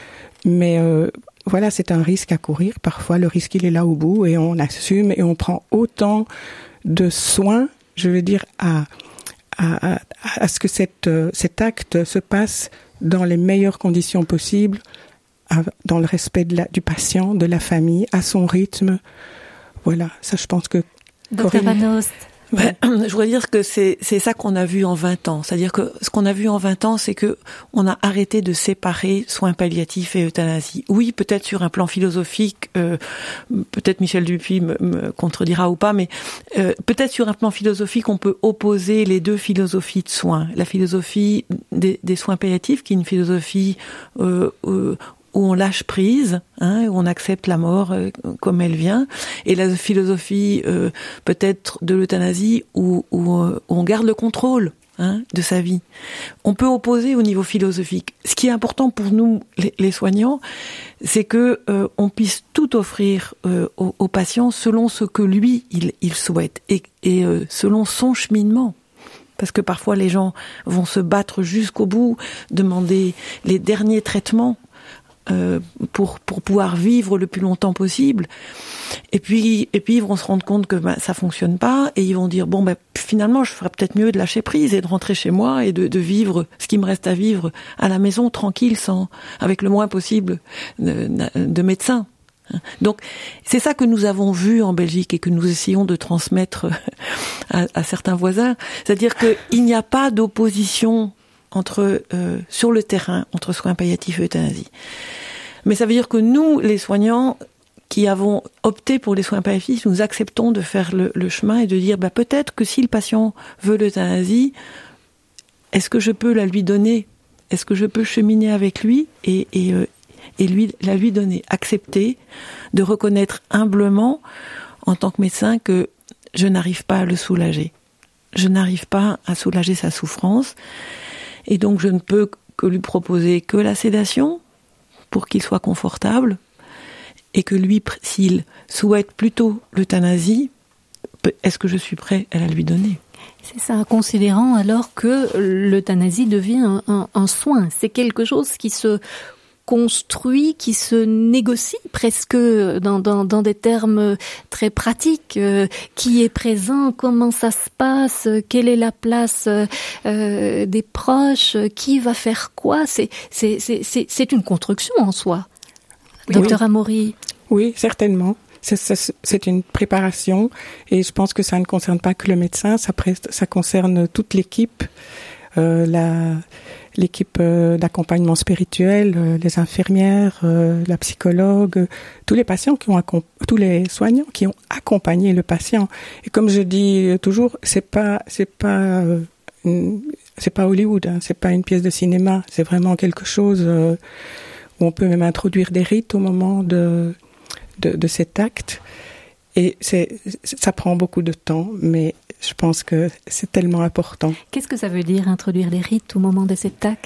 E: Mais euh, voilà, c'est un risque à courir. Parfois, le risque, il est là au bout et on assume et on prend autant de soins, je veux dire, à, à, à, à ce que cette, cet acte se passe dans les meilleures conditions possibles, à, dans le respect de la, du patient, de la famille, à son rythme. Voilà, ça je pense que...
B: Docteur Van Oost.
C: Ben, je voudrais dire que c'est c'est ça qu'on a vu en vingt ans. C'est-à-dire que ce qu'on a vu en vingt ans, c'est que on a arrêté de séparer soins palliatifs et euthanasie. Oui, peut-être sur un plan philosophique, euh, peut-être Michel Dupuis me, me contredira ou pas, mais euh, peut-être sur un plan philosophique, on peut opposer les deux philosophies de soins. La philosophie des, des soins palliatifs, qui est une philosophie euh, euh, où on lâche prise, hein, où on accepte la mort euh, comme elle vient, et la philosophie euh, peut-être de l'euthanasie où, où, euh, où on garde le contrôle hein, de sa vie. On peut opposer au niveau philosophique. Ce qui est important pour nous, les, les soignants, c'est que euh, on puisse tout offrir euh, au, au patient selon ce que lui il, il souhaite et, et euh, selon son cheminement. Parce que parfois les gens vont se battre jusqu'au bout, demander les derniers traitements. Euh, pour pour pouvoir vivre le plus longtemps possible, et puis et puis ils vont se rendre compte que ben, ça fonctionne pas et ils vont dire bon ben finalement je ferais peut-être mieux de lâcher prise et de rentrer chez moi et de, de vivre ce qui me reste à vivre à la maison tranquille sans avec le moins possible de, de médecins. Donc c'est ça que nous avons vu en Belgique et que nous essayons de transmettre à, à certains voisins, c'est-à-dire que il n'y a pas d'opposition entre euh, sur le terrain entre soins palliatifs et euthanasie. Mais ça veut dire que nous, les soignants qui avons opté pour les soins palliatifs, nous acceptons de faire le, le chemin et de dire bah, peut-être que si le patient veut l'euthanasie, est-ce que je peux la lui donner ? Est-ce que je peux cheminer avec lui et, et, euh, et lui, la lui donner ? Accepter de reconnaître humblement, en tant que médecin, que je n'arrive pas à le soulager. Je n'arrive pas à soulager sa souffrance. Et donc, je ne peux que lui proposer que la sédation pour qu'il soit confortable et que lui, s'il souhaite plutôt l'euthanasie, est-ce que je suis prêt à la lui donner ?
B: C'est ça, considérant alors que l'euthanasie devient un, un, un soin. C'est quelque chose qui se construit, qui se négocie presque dans, dans, dans des termes très pratiques. Euh, qui est présent, comment ça se passe, quelle est la place euh, des proches, qui va faire quoi. C'est, c'est, c'est, c'est, c'est une construction en soi. Oui. Docteur Amaury.
E: Oui, certainement. C'est, c'est, c'est une préparation et je pense que ça ne concerne pas que le médecin, ça, ça concerne toute l'équipe. Euh, la... l'équipe euh, d'accompagnement spirituel, euh, les infirmières, euh, la psychologue, euh, tous les patients qui ont accom- tous les soignants qui ont accompagné le patient. Et comme je dis toujours, c'est pas c'est pas euh, une, c'est pas Hollywood, hein, c'est pas une pièce de cinéma, c'est vraiment quelque chose euh, on peut même introduire des rites au moment de, de, de cet acte. Et c'est, ça prend beaucoup de temps, mais je pense que c'est tellement important.
B: Qu'est-ce que ça veut dire, introduire des rites au moment de cet acte ?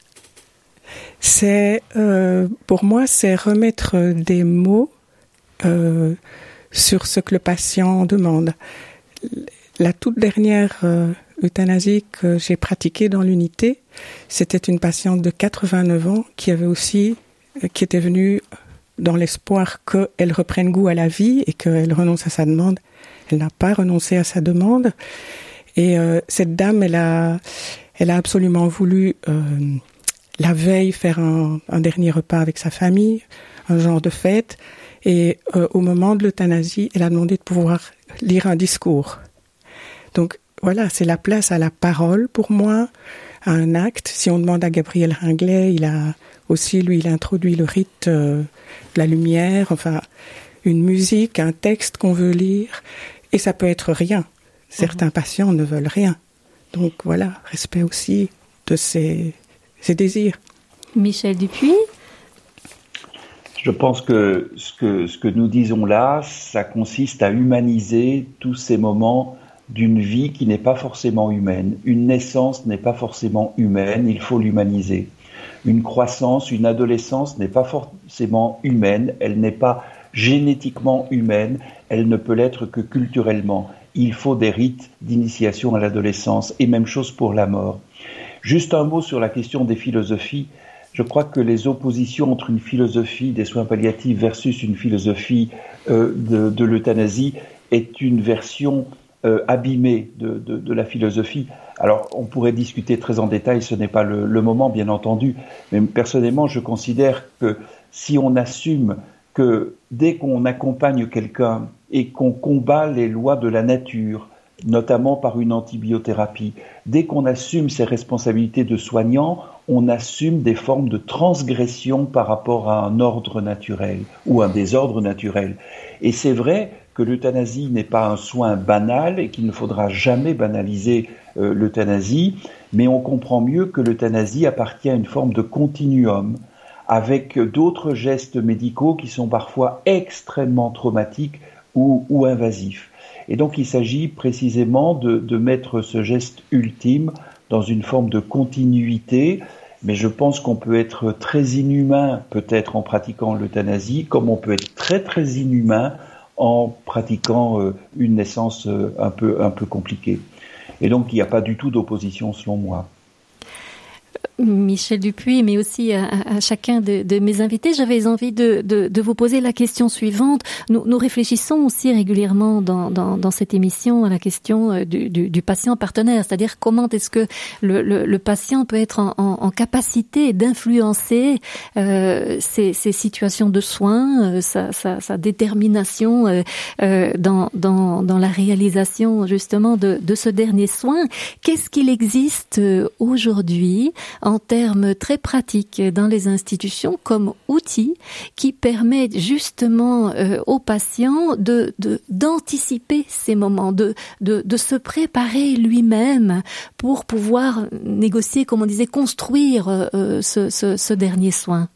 E: C'est, euh, pour moi, c'est remettre des mots euh, sur ce que le patient demande. La toute dernière euh, euthanasie que j'ai pratiquée dans l'unité, c'était une patiente de quatre-vingt-neuf ans qui avait aussi, euh, qui était venue dans l'espoir qu'elle reprenne goût à la vie et qu'elle renonce à sa demande. Elle n'a pas renoncé à sa demande. Et euh, cette dame, elle a, elle a absolument voulu euh, la veille faire un, un dernier repas avec sa famille, un genre de fête. Et euh, au moment de l'euthanasie, elle a demandé de pouvoir lire un discours. Donc voilà, c'est la place à la parole pour moi, à un acte. Si on demande à Gabriel Ringlet, il a aussi, lui, il a introduit le rite euh, de la lumière, enfin, une musique, un texte qu'on veut lire. Et ça peut être rien. Certains mmh. patients ne veulent rien. Donc voilà, respect aussi de ses, ses désirs.
B: Michel Dupuis ?
D: Je pense que ce, que ce que nous disons là, ça consiste à humaniser tous ces moments d'une vie qui n'est pas forcément humaine. Une naissance n'est pas forcément humaine, il faut l'humaniser. Une croissance, une adolescence n'est pas forcément humaine, elle n'est pas génétiquement humaine, elle ne peut l'être que culturellement. Il faut des rites d'initiation à l'adolescence, et même chose pour la mort. Juste un mot sur la question des philosophies. Je crois que les oppositions entre une philosophie des soins palliatifs versus une philosophie euh, de, de l'euthanasie est une version euh, abîmée de, de, de la philosophie. Alors, on pourrait discuter très en détail, ce n'est pas le, le moment, bien entendu, mais personnellement, je considère que si on assume que dès qu'on accompagne quelqu'un et qu'on combat les lois de la nature, notamment par une antibiothérapie, dès qu'on assume ses responsabilités de soignant, on assume des formes de transgression par rapport à un ordre naturel ou un désordre naturel. Et c'est vrai que l'euthanasie n'est pas un soin banal et qu'il ne faudra jamais banaliser euh, l'euthanasie, mais on comprend mieux que l'euthanasie appartient à une forme de continuum avec d'autres gestes médicaux qui sont parfois extrêmement traumatiques ou, ou invasifs. Et donc il s'agit précisément de, de mettre ce geste ultime dans une forme de continuité, mais je pense qu'on peut être très inhumain peut-être en pratiquant l'euthanasie, comme on peut être très très inhumain en pratiquant euh, une naissance euh, un peu, un peu compliquée. Et donc il n'y a pas du tout d'opposition selon moi.
B: Michel Dupuis, mais aussi à, à chacun de, de mes invités, j'avais envie de, de, de vous poser la question suivante. Nous, nous réfléchissons aussi régulièrement dans, dans, dans cette émission à la question du, du, du patient partenaire, c'est-à-dire comment est-ce que le, le, le patient peut être en, en, en capacité d'influencer euh, ces, ces situations de soins, euh, sa, sa, sa détermination euh, euh, dans, dans, dans la réalisation justement de, de ce dernier soin. Qu'est-ce qu'il existe aujourd'hui en termes très pratiques dans les institutions comme outil qui permet justement euh, aux patients de, de d'anticiper ces moments, de de de se préparer lui-même pour pouvoir négocier, comme on disait, construire euh, ce, ce ce dernier soin.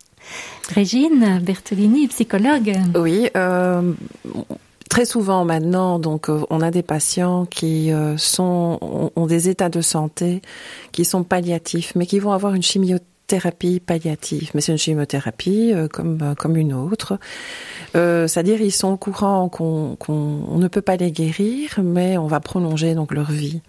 B: Régine Bertolini, psychologue.
G: Oui. Euh... Très souvent maintenant, donc, on a des patients qui euh, sont ont, ont des états de santé qui sont palliatifs, mais qui vont avoir une chimiothérapie palliative. Mais c'est une chimiothérapie euh, comme euh, comme une autre. Euh, c'est-à-dire, ils sont au courant qu'on qu'on on ne peut pas les guérir, mais on va prolonger donc leur vie.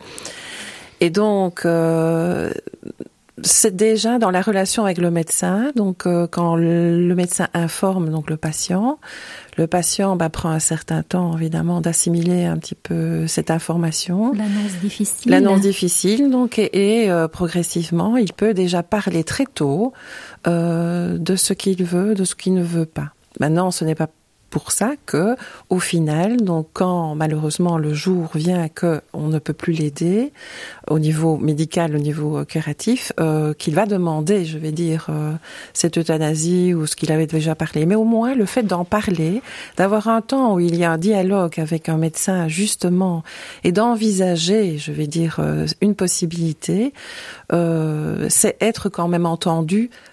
G: Et donc. Euh, C'est déjà dans la relation avec le médecin. Donc, euh, quand le, le médecin informe donc le patient, le patient bah, prend un certain temps évidemment d'assimiler un petit peu cette information.
B: L'annonce difficile.
G: L'annonce difficile, donc, et, et euh, progressivement, il peut déjà parler très tôt euh, de ce qu'il veut, de ce qu'il ne veut pas. Maintenant, ce n'est pas pour ça que, au final, donc quand malheureusement le jour vient que on ne peut plus l'aider au niveau médical, au niveau curatif, euh, qu'il va demander, je vais dire, euh, cette euthanasie ou ce qu'il avait déjà parlé. Mais au moins le fait d'en parler, d'avoir un temps où il y a un dialogue avec un médecin justement et d'envisager, je vais dire, euh, une possibilité, euh, c'est être quand même entendu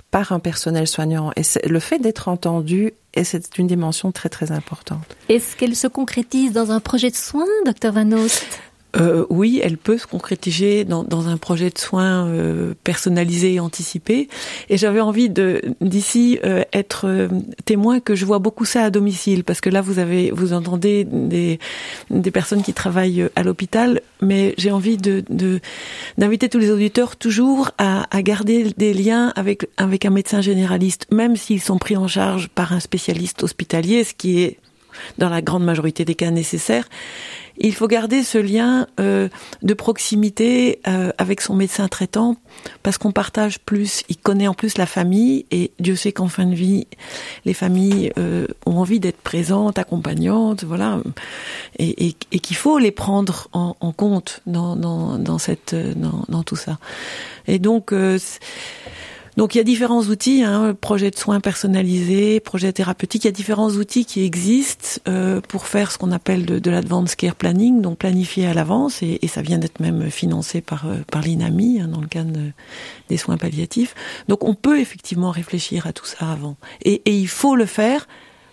G: par un personnel soignant. Et c'est, le fait d'être entendu, et c'est une dimension très très importante.
B: Est-ce qu'elle se concrétise dans un projet de soins, docteur Van Oost ?
C: Euh, oui, elle peut se concrétiser dans, dans un projet de soins euh, personnalisé et anticipé. Et j'avais envie de d'ici euh, être euh, témoin que je vois beaucoup ça à domicile, parce que là vous avez vous entendez des des personnes qui travaillent à l'hôpital, mais j'ai envie de, de d'inviter tous les auditeurs toujours à, à garder des liens avec avec un médecin généraliste, même s'ils sont pris en charge par un spécialiste hospitalier, ce qui est dans la grande majorité des cas nécessaire. Il faut garder ce lien euh, de proximité euh, avec son médecin traitant, parce qu'on partage plus, il connaît en plus la famille, et Dieu sait qu'en fin de vie, les familles euh, ont envie d'être présentes, accompagnantes, voilà, et, et, et qu'il faut les prendre en, en compte dans, dans, dans, cette, dans, dans tout ça. Et donc... Euh, Donc il y a différents outils, hein, projet de soins personnalisés, projet thérapeutique, il y a différents outils qui existent euh, pour faire ce qu'on appelle de, de l'advanced care planning, donc planifier à l'avance, et, et ça vient d'être même financé par euh, par l'INAMI, hein, dans le cadre de, des soins palliatifs. Donc on peut effectivement réfléchir à tout ça avant, et, et il faut le faire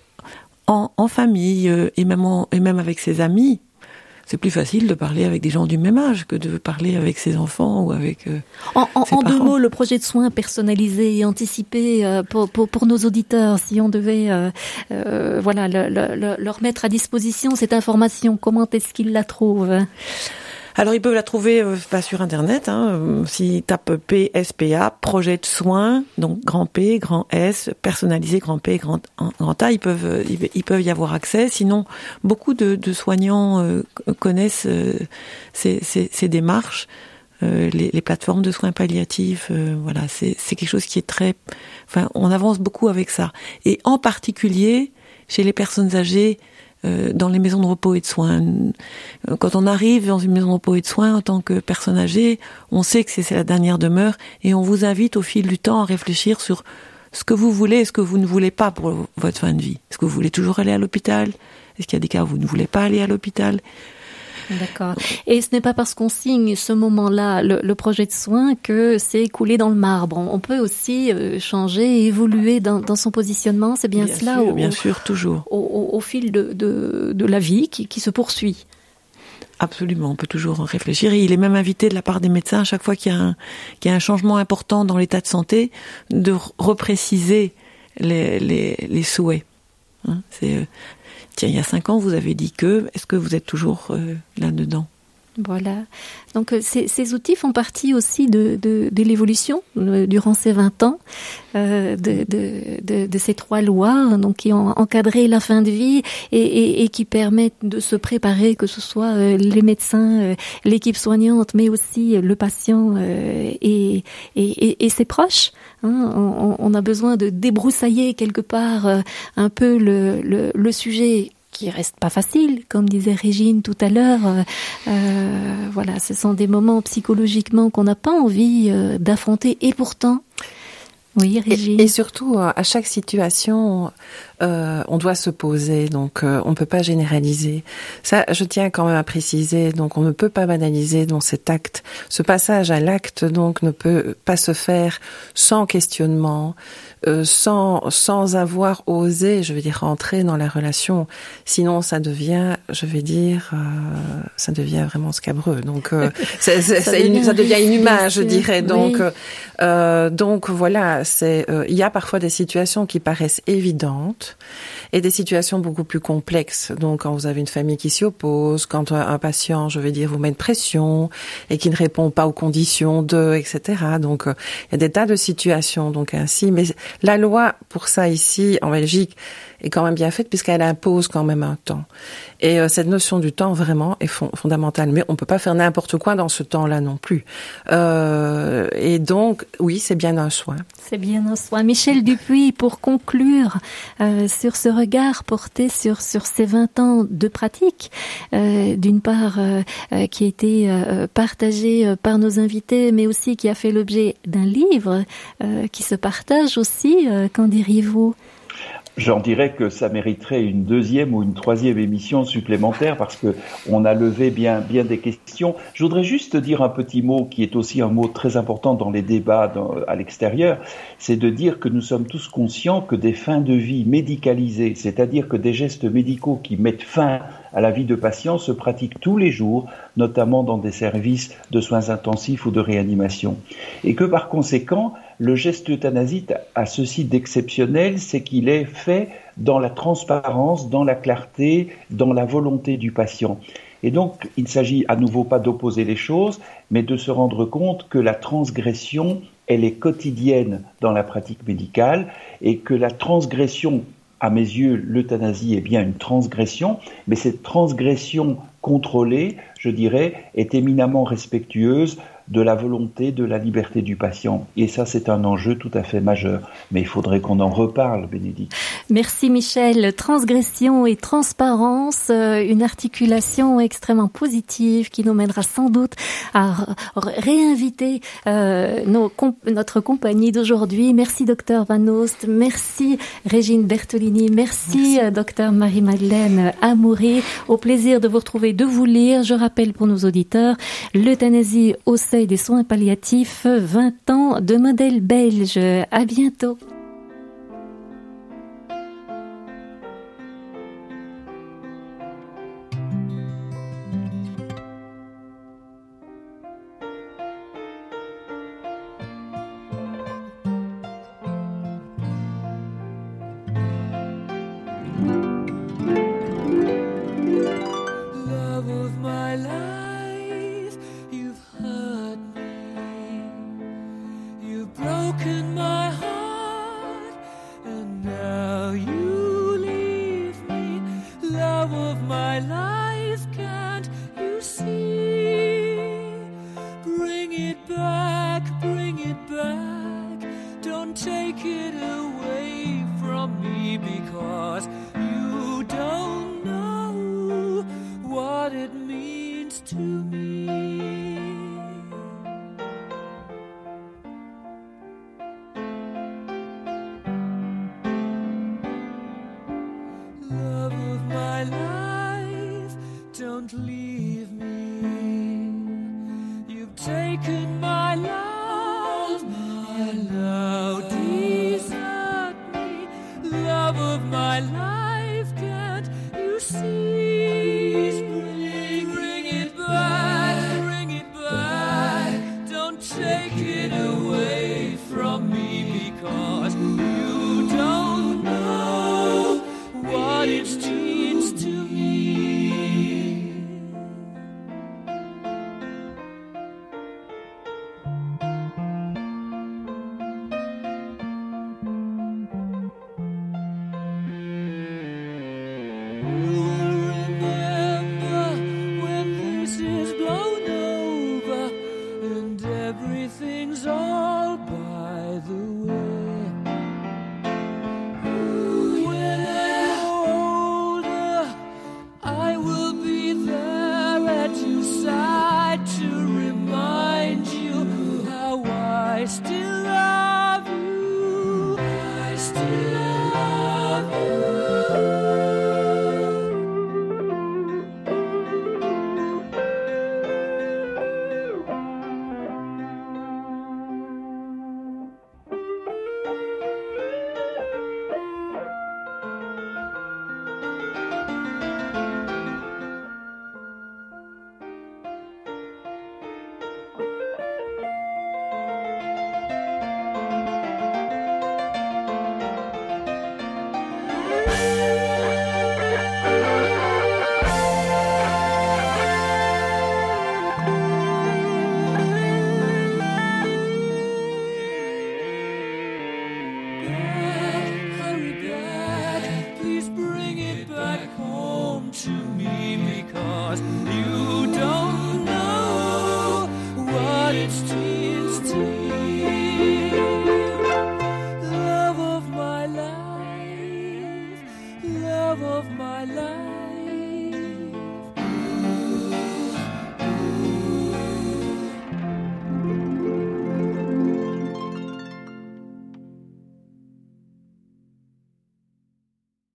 C: en, en famille euh, et même en, et même avec ses amis. C'est plus facile de parler avec des gens du même âge que de parler avec ses enfants ou avec euh,
B: En, en,
C: ses
B: en
C: parents.
B: deux mots, le projet de soins personnalisé et anticipé euh, pour, pour, pour nos auditeurs, si on devait euh, euh, voilà, le, le, le, leur mettre à disposition cette information, comment est-ce qu'ils la trouvent ?
C: Alors, ils peuvent la trouver euh, pas sur Internet, hein, euh, s'ils tapent P S P A, projet de soins, donc grand P, grand S, personnalisé, grand P, grand, grand A, ils peuvent, euh, ils peuvent y avoir accès. Sinon, beaucoup de, de soignants euh, connaissent euh, ces, ces, ces démarches, euh, les, les plateformes de soins palliatifs, euh, voilà, c'est, c'est quelque chose qui est très... Enfin, on avance beaucoup avec ça. Et en particulier, chez les personnes âgées, dans les maisons de repos et de soins. Quand on arrive dans une maison de repos et de soins en tant que personne âgée, on sait que c'est la dernière demeure, et on vous invite au fil du temps à réfléchir sur ce que vous voulez et ce que vous ne voulez pas pour votre fin de vie. Est-ce que vous voulez toujours aller à l'hôpital ? Est-ce qu'il y a des cas où vous ne voulez pas aller à l'hôpital ?
B: D'accord. Et ce n'est pas parce qu'on signe ce moment-là, le, le projet de soins, que c'est coulé dans le marbre. On peut aussi euh, changer, évoluer dans, dans son positionnement. C'est bien, bien cela,
C: sûr,
B: au,
C: bien sûr, toujours.
B: Au, au, au fil de, de, de la vie qui, qui se poursuit.
C: Absolument, on peut toujours en réfléchir. Et il est même invité de la part des médecins, à chaque fois qu'il y a un, qu'il y a un changement important dans l'état de santé, de repréciser les, les, les souhaits. Hein, c'est... Euh, Tiens, il y a cinq ans, vous avez dit que, est-ce que vous êtes toujours euh, là-dedans ?
B: Voilà. Donc ces, ces outils font partie aussi de, de, de l'évolution euh, durant ces vingt ans euh, de, de, de, de ces trois lois, donc qui ont encadré la fin de vie et, et, et qui permettent de se préparer, que ce soit euh, les médecins, euh, l'équipe soignante, mais aussi euh, le patient euh, et, et, et ses proches. Hein. On, on a besoin de débroussailler quelque part euh, un peu le, le, le sujet, qui reste pas facile, comme disait Régine tout à l'heure. Euh, voilà, ce sont des moments psychologiquement qu'on n'a pas envie euh, d'affronter, et pourtant, oui, Régine.
G: Et, et surtout, à chaque situation, euh, on doit se poser, donc euh, on ne peut pas généraliser. Ça, je tiens quand même à préciser, donc on ne peut pas banaliser dans cet acte. Ce passage à l'acte, donc, ne peut pas se faire sans questionnement, euh, sans sans avoir osé, je veux dire, rentrer dans la relation. Sinon, ça devient, je vais dire, euh, ça devient vraiment scabreux. Donc, euh, c'est, c'est, ça, c'est devient une, ça devient inhumain, je dirais. Donc, oui. euh, donc voilà, c'est, euh, il y a parfois des situations qui paraissent évidentes et des situations beaucoup plus complexes. Donc, quand vous avez une famille qui s'y oppose, quand un patient, je vais dire, vous met une pression et qui ne répond pas aux conditions de, et cetera. Donc, euh, il y a des tas de situations, donc ainsi. Mais la loi, pour ça ici, en Belgique, est quand même bien faite puisqu'elle impose quand même un temps. Et euh, cette notion du temps, vraiment, est fond, fondamentale. Mais on peut pas faire n'importe quoi dans ce temps-là non plus. Euh, et donc, oui, c'est bien un soin.
B: C'est bien un soin. Michel Dupuis, pour conclure euh, sur ce regard porté sur sur ces vingt ans de pratique, euh, d'une part euh, euh, qui a été euh, partagé euh, par nos invités, mais aussi qui a fait l'objet d'un livre euh, qui se partage aussi. Euh, qu'en diriez-vous ?
D: J'en dirais que ça mériterait une deuxième ou une troisième émission supplémentaire parce que on a levé bien, bien des questions. Je voudrais juste dire un petit mot qui est aussi un mot très important dans les débats dans, à l'extérieur, c'est de dire que nous sommes tous conscients que des fins de vie médicalisées, c'est-à-dire que des gestes médicaux qui mettent fin à la vie de patients se pratiquent tous les jours, notamment dans des services de soins intensifs ou de réanimation. Et que par conséquent, le geste euthanasique a ceci d'exceptionnel, c'est qu'il est fait dans la transparence, dans la clarté, dans la volonté du patient. Et donc, il ne s'agit à nouveau pas d'opposer les choses, mais de se rendre compte que la transgression, elle est quotidienne dans la pratique médicale et que la transgression, à mes yeux, l'euthanasie est bien une transgression, mais cette transgression contrôlée, je dirais, est éminemment respectueuse de la volonté, de la liberté du patient. Et ça, c'est un enjeu tout à fait majeur. Mais il faudrait qu'on en reparle, Bénédicte.
B: Merci Michel. Transgression et transparence, une articulation extrêmement positive qui nous mènera sans doute à réinviter euh, nos, comp- notre compagnie d'aujourd'hui. Merci docteur Van Oost, merci Régine Bertolini, merci, merci. docteur Marie-Madeleine Amoury. Au plaisir de vous retrouver, de vous lire. Je rappelle pour nos auditeurs, l'euthanasie au seuil des soins palliatifs, vingt ans de modèle belge. À bientôt.
H: to me because you